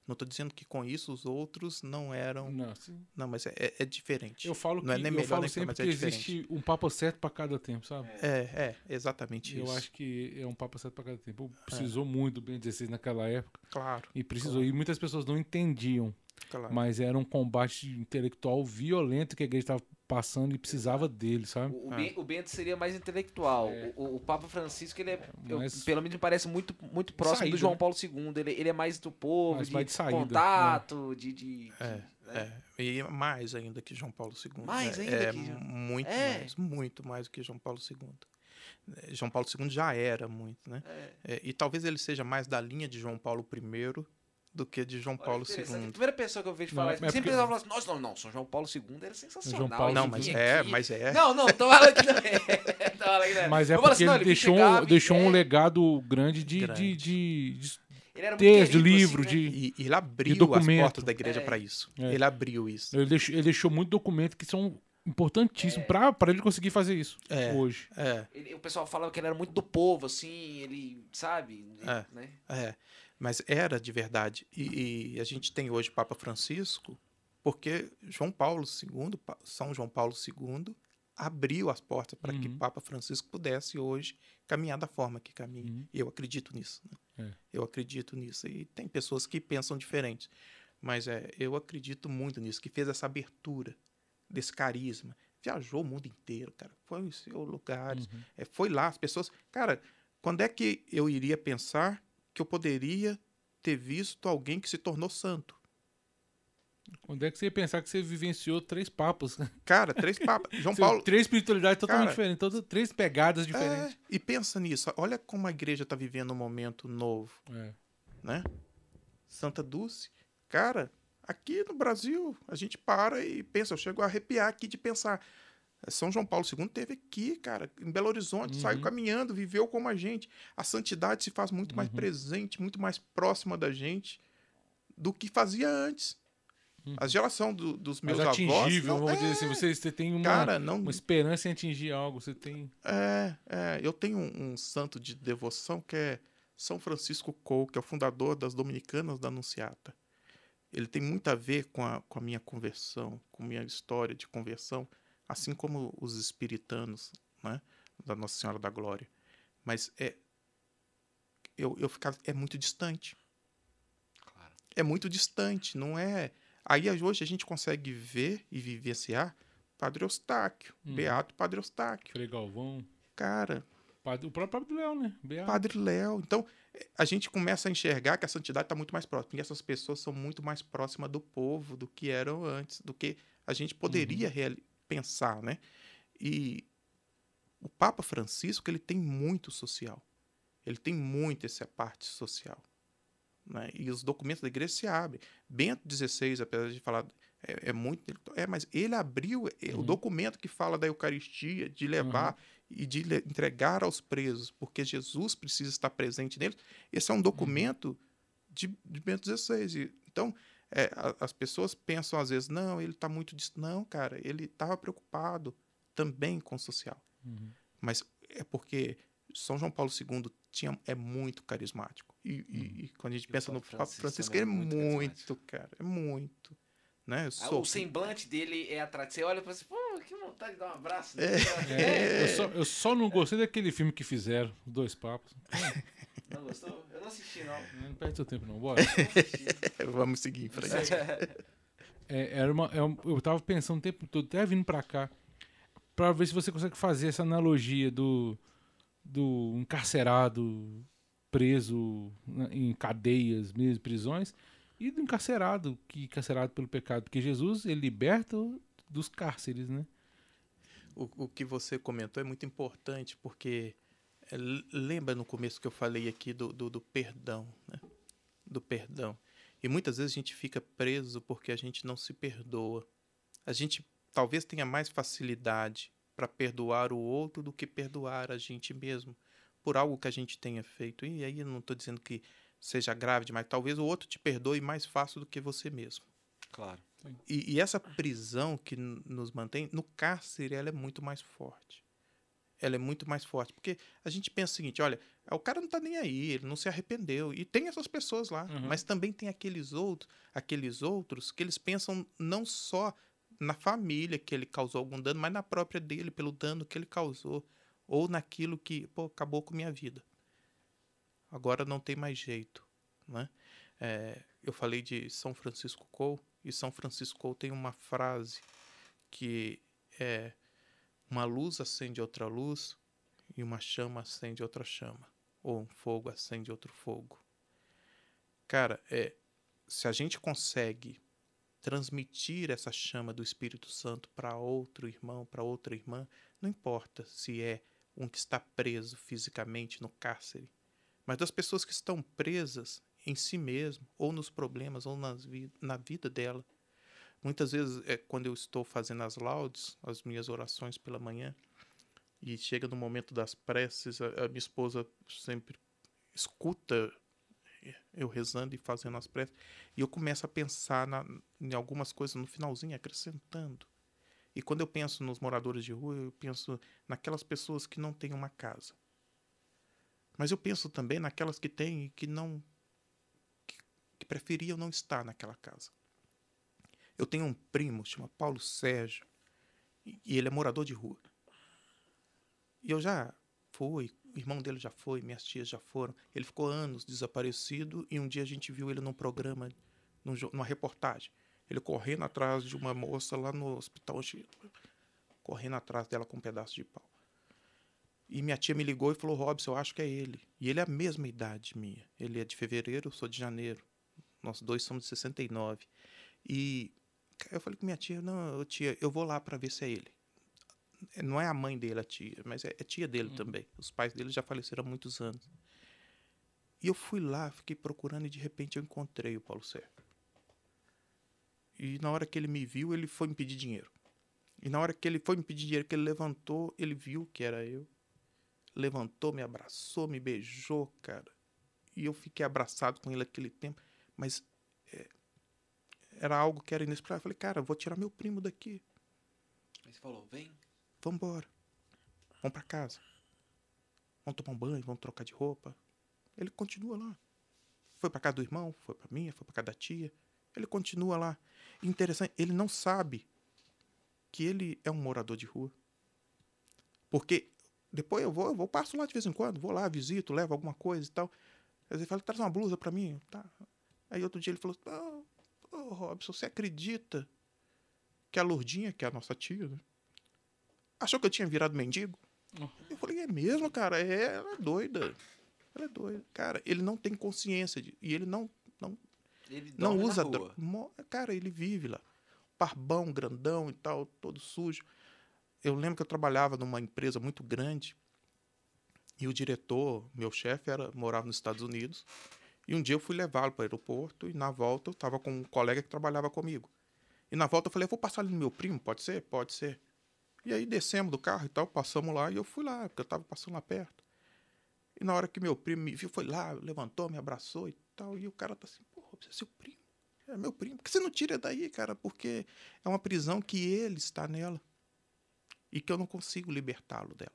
Não estou dizendo que com isso os outros não eram... Não, sim. Não, mas é, é, é diferente. Eu falo, que, não é nem eu melhor, falo nem pior, sempre mas que é diferente. existe um papa certo para cada tempo, sabe? É, é, exatamente Eu isso. acho que é um papa certo para cada tempo. Precisou é. muito do Bento dezesseis naquela época. Claro. E precisou. Claro. E muitas pessoas não entendiam. Claro. Mas era um combate intelectual violento que a igreja estava passando e precisava dele, sabe? O, o, é. o Bento seria mais intelectual. É. O, o Papa Francisco, ele é, eu, pelo menos me parece muito, muito próximo saída, do João Paulo segundo. Ele, ele é mais do povo, mais, de, mais de saída, contato, né? de... de, de é, né? é. E mais ainda que João Paulo segundo. Mais é, ainda é que... Muito é. mais, muito mais do que João Paulo segundo. João Paulo segundo já era muito, né? É. É, e talvez ele seja mais da linha de João Paulo primeiro do que de João Olha, Paulo segundo. A primeira pessoa que eu vejo falar não, isso, é sempre porque... pessoal fala assim, nossa, não, não, São João Paulo segundo era sensacional. João Paulo não, mas é, aqui. mas é. Não, não, tô falando que não é. tô falando que não é. Mas é eu porque assim, ele, ele deixou, chegava, deixou é... um legado grande de, grande. de, de, de ele era texto, querido, de livro, assim, né? de E, e ele abriu de as portas da igreja é. para isso. É. Ele abriu isso. Ele deixou, ele deixou muito documento que são importantíssimos é. para ele conseguir fazer isso é. hoje. É. Ele, o pessoal falava que ele era muito do povo, assim, ele, sabe? É. Né? É. Mas era de verdade. E, e a gente tem hoje Papa Francisco porque João Paulo segundo, São João Paulo segundo, abriu as portas para uhum. que Papa Francisco pudesse hoje caminhar da forma que caminha. Uhum. E eu acredito nisso. Né? É. Eu acredito nisso. E tem pessoas que pensam diferente. Mas é, eu acredito muito nisso, que fez essa abertura desse carisma. Viajou o mundo inteiro, cara. Foi em seus lugares. Uhum. É, foi lá, as pessoas... Cara, quando é que eu iria pensar que eu poderia ter visto alguém que se tornou santo? Quando é que você ia pensar que você vivenciou três papas? Cara, três papas. João Paulo... Três espiritualidades totalmente cara, diferentes, todas, três pegadas diferentes. É, e pensa nisso. Olha como a igreja está vivendo um momento novo. É. Né? Santa Dulce. Cara, aqui no Brasil, a gente para e pensa. Eu chego a arrepiar aqui de pensar... São João Paulo segundo teve aqui, cara, em Belo Horizonte, uhum. saiu caminhando, viveu como a gente. A santidade se faz muito uhum. mais presente, muito mais próxima da gente do que fazia antes. Uhum. A geração do, dos meus Mas avós... atingível, não, vamos é, dizer assim, você, você tem uma, cara, não, uma esperança em atingir algo, você tem... É, é eu tenho um, um santo de devoção que é São Francisco Cole, que é o fundador das Dominicanas da Anunciata. Ele tem muito a ver com a, com a minha conversão, com a minha história de conversão, assim como os espiritanos, né, da Nossa Senhora da Glória. Mas é, eu, eu ficava, é muito distante. Claro. É muito distante, não é... Aí hoje a gente consegue ver e vivenciar Padre Eustáquio, hum. Beato Padre Eustáquio. Frei Galvão. Cara... Padre, o próprio Padre Léo, né? Beato. Padre Léo. Então, a gente começa a enxergar que a santidade está muito mais próxima. E essas pessoas são muito mais próximas do povo do que eram antes, do que a gente poderia uhum. realizar. Pensar, né? E o Papa Francisco, ele tem muito social. Ele tem muito essa parte social. Né? E os documentos da igreja se abrem. Bento dezesseis, apesar de falar... É, é muito... É, mas ele abriu uhum. o documento que fala da Eucaristia, de levar uhum. e de le, entregar aos presos, porque Jesus precisa estar presente neles. Esse é um documento uhum. de, de Bento dezesseis. E, então... É, as pessoas pensam às vezes, não, ele está muito distante. Não, cara, ele estava preocupado também com o social. Uhum. Mas é porque São João Paulo segundo tinha, é muito carismático. E, uhum. e, e quando a gente e pensa no Papa Francisco, ele é muito, muito cara, é muito. Né? Eu sou... O semblante dele é atrativo. Você olha e fala assim, pô, que vontade de dar um abraço. É. É. Eu, só, eu só não gostei daquele filme que fizeram, Dois Papas. Não gostou? Eu não assisti, não. Não perde seu tempo, não. Bora. Vamos seguir em frente. É, era uma, eu tava pensando o tempo todo, até vindo pra cá, pra ver se você consegue fazer essa analogia do, do encarcerado preso em cadeias, mesmo, prisões, e do encarcerado, que encarcerado pelo pecado. Porque Jesus, ele liberta dos cárceres, né? O, o que você comentou é muito importante, porque... Lembra no começo que eu falei aqui do, do, do perdão, né? Do perdão. E muitas vezes a gente fica preso porque a gente não se perdoa. A gente talvez tenha mais facilidade para perdoar o outro do que perdoar a gente mesmo por algo que a gente tenha feito. E aí eu não estou dizendo que seja grave demais. Talvez o outro te perdoe mais fácil do que você mesmo. Claro. E, e essa prisão que nos mantém, no cárcere, ela é muito mais forte. ela é muito mais forte. Porque a gente pensa o seguinte, olha, o cara não tá nem aí, ele não se arrependeu. E tem essas pessoas lá, Uhum. mas também tem aqueles outros, aqueles outros que eles pensam não só na família que ele causou algum dano, mas na própria dele, pelo dano que ele causou. Ou naquilo que, pô, acabou com minha vida. Agora não tem mais jeito, né? É, eu falei de São Francisco Cole, e São Francisco Cole tem uma frase que é: uma luz acende outra luz e uma chama acende outra chama, ou um fogo acende outro fogo. Cara, é, se a gente consegue transmitir essa chama do Espírito Santo para outro irmão, para outra irmã, não importa se é um que está preso fisicamente no cárcere, mas das pessoas que estão presas em si mesmo, ou nos problemas, ou nas vi- na vida dela. Muitas vezes, é, quando eu estou fazendo as laudes, as minhas orações pela manhã, e chega no momento das preces, a, a minha esposa sempre escuta eu rezando e fazendo as preces, e eu começo a pensar na, em algumas coisas no finalzinho, acrescentando. E quando eu penso nos moradores de rua, eu penso naquelas pessoas que não têm uma casa. Mas eu penso também naquelas que têm e que não, que, que preferiam não estar naquela casa. Eu tenho um primo, chama Paulo Sérgio, e, e ele é morador de rua. E eu já fui, o irmão dele já foi, minhas tias já foram. Ele ficou anos desaparecido e um dia a gente viu ele num programa, num, numa reportagem. Ele correndo atrás de uma moça lá no hospital, correndo atrás dela com um pedaço de pau. E minha tia me ligou e falou: Robson, eu acho que é ele. E ele é a mesma idade minha. Ele é de fevereiro, eu sou de janeiro. Nós dois somos de sessenta e nove. E eu falei com minha tia: não, tia, eu vou lá para ver se é ele. Não é a mãe dele, a tia, mas é, é tia dele uhum. também. Os pais dele já faleceram há muitos anos. E eu fui lá, fiquei procurando e de repente eu encontrei o Paulo Sérgio. E na hora que ele me viu, ele foi me pedir dinheiro. E na hora que ele foi me pedir dinheiro, que ele levantou, ele viu que era eu. Levantou, me abraçou, me beijou, cara. E eu fiquei abraçado com ele aquele tempo. Mas é, era algo que era inesperado. Eu falei: cara, eu vou tirar meu primo daqui. Aí você falou: vem. Vamos embora. Vamos pra casa. Vamos tomar um banho, vamos trocar de roupa. Ele continua lá. Foi pra casa do irmão, foi pra minha, foi pra casa da tia. Ele continua lá. E interessante, ele não sabe que ele é um morador de rua. Porque depois eu vou, eu vou, passo lá de vez em quando, vou lá, visito, levo alguma coisa e tal. Aí ele fala: traz uma blusa pra mim. Tá. Aí outro dia ele falou: oh, oh, Robson, você acredita que a Lourdinha, que é a nossa tia, né, achou que eu tinha virado mendigo? Uhum. Eu falei: é mesmo, cara? É, ela é doida. Ela é doida. Cara, ele não tem consciência de, e ele não não, ele não usa droga. Cara, ele vive lá. Barbão, grandão e tal, todo sujo. Eu lembro que eu trabalhava numa empresa muito grande e o diretor, meu chefe, era, morava nos Estados Unidos. E um dia eu fui levá-lo para o aeroporto e na volta eu estava com um colega que trabalhava comigo. E na volta eu falei: eu vou passar ali no meu primo, pode ser? Pode ser. E aí descemos do carro e tal, passamos lá e eu fui lá, porque eu estava passando lá perto. E na hora que meu primo me viu, foi lá, levantou, me abraçou e tal. E o cara tá assim: pô, você é seu primo? É meu primo. Por que você não tira daí, cara? Porque é uma prisão que ele está nela. E que eu não consigo libertá-lo dela.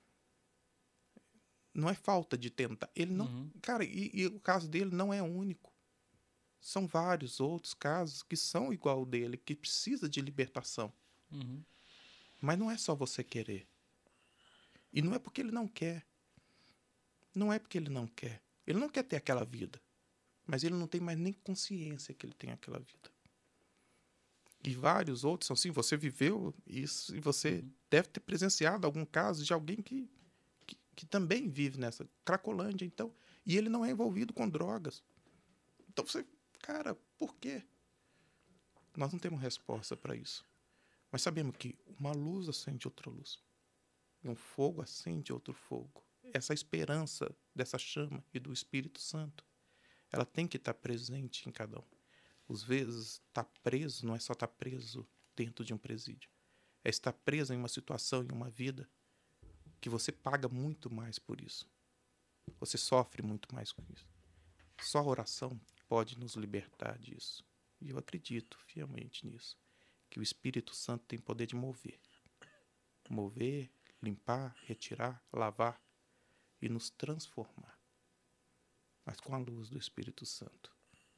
Não é falta de tentar. Ele não. Uhum. Cara, e, e o caso dele não é único. São vários outros casos que são igual ao dele, que precisa de libertação. Uhum. Mas não é só você querer. E não é porque ele não quer. Não é porque ele não quer. Ele não quer ter aquela vida. Mas ele não tem mais nem consciência que ele tem aquela vida. E vários outros são assim: você viveu isso e você uhum. deve ter presenciado algum caso de alguém que, que, que também vive nessa Cracolândia, então, e ele não é envolvido com drogas. Então você, cara, por quê? Nós não temos resposta para isso. Mas sabemos que uma luz acende outra luz. E um fogo acende outro fogo. Essa esperança dessa chama e do Espírito Santo, ela tem que estar presente em cada um. Às vezes, estar preso não é só estar preso dentro de um presídio. É estar preso em uma situação, em uma vida, que você paga muito mais por isso. Você sofre muito mais com isso. Só a oração pode nos libertar disso. E eu acredito fielmente nisso. Que o Espírito Santo tem poder de mover. Mover, limpar, retirar, lavar e nos transformar, mas com a luz do Espírito Santo.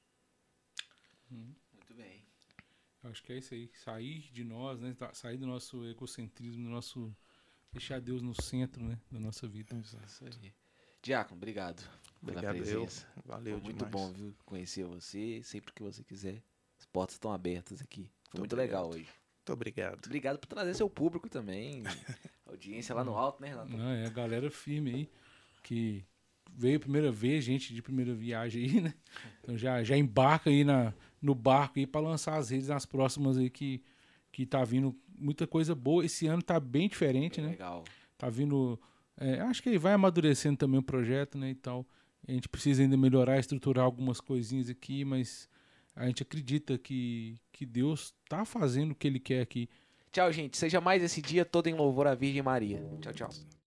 Muito bem. Eu acho que é isso aí. Sair de nós, né? Sair do nosso egocentrismo, do nosso... Deixar Deus no centro, né? Da nossa vida. Isso aí. Diácono, obrigado pela Obrigado, eu. presença. Valeu Foi muito demais. bou, viu? Conhecer você. Sempre que você quiser. As portas estão abertas aqui. Foi muito Muito legal obrigado. hoje. Muito obrigado. Obrigado por trazer seu público também. Audiência lá no alto, né, Renato? Não, é a galera firme aí, que veio a primeira vez, gente de primeira viagem aí, né? Então já, já embarca aí na, no barco aí pra lançar as redes nas próximas aí, que, que tá vindo muita coisa boa. Esse ano tá bem diferente, né? Legal. Tá vindo... é, acho que vai amadurecendo também o projeto, né, e tal. A gente precisa ainda melhorar, estruturar algumas coisinhas aqui, mas a gente acredita que, que Deus tá fazendo o que Ele quer aqui. Tchau, gente. Seja mais esse dia todo em louvor à Virgem Maria. Tchau, tchau.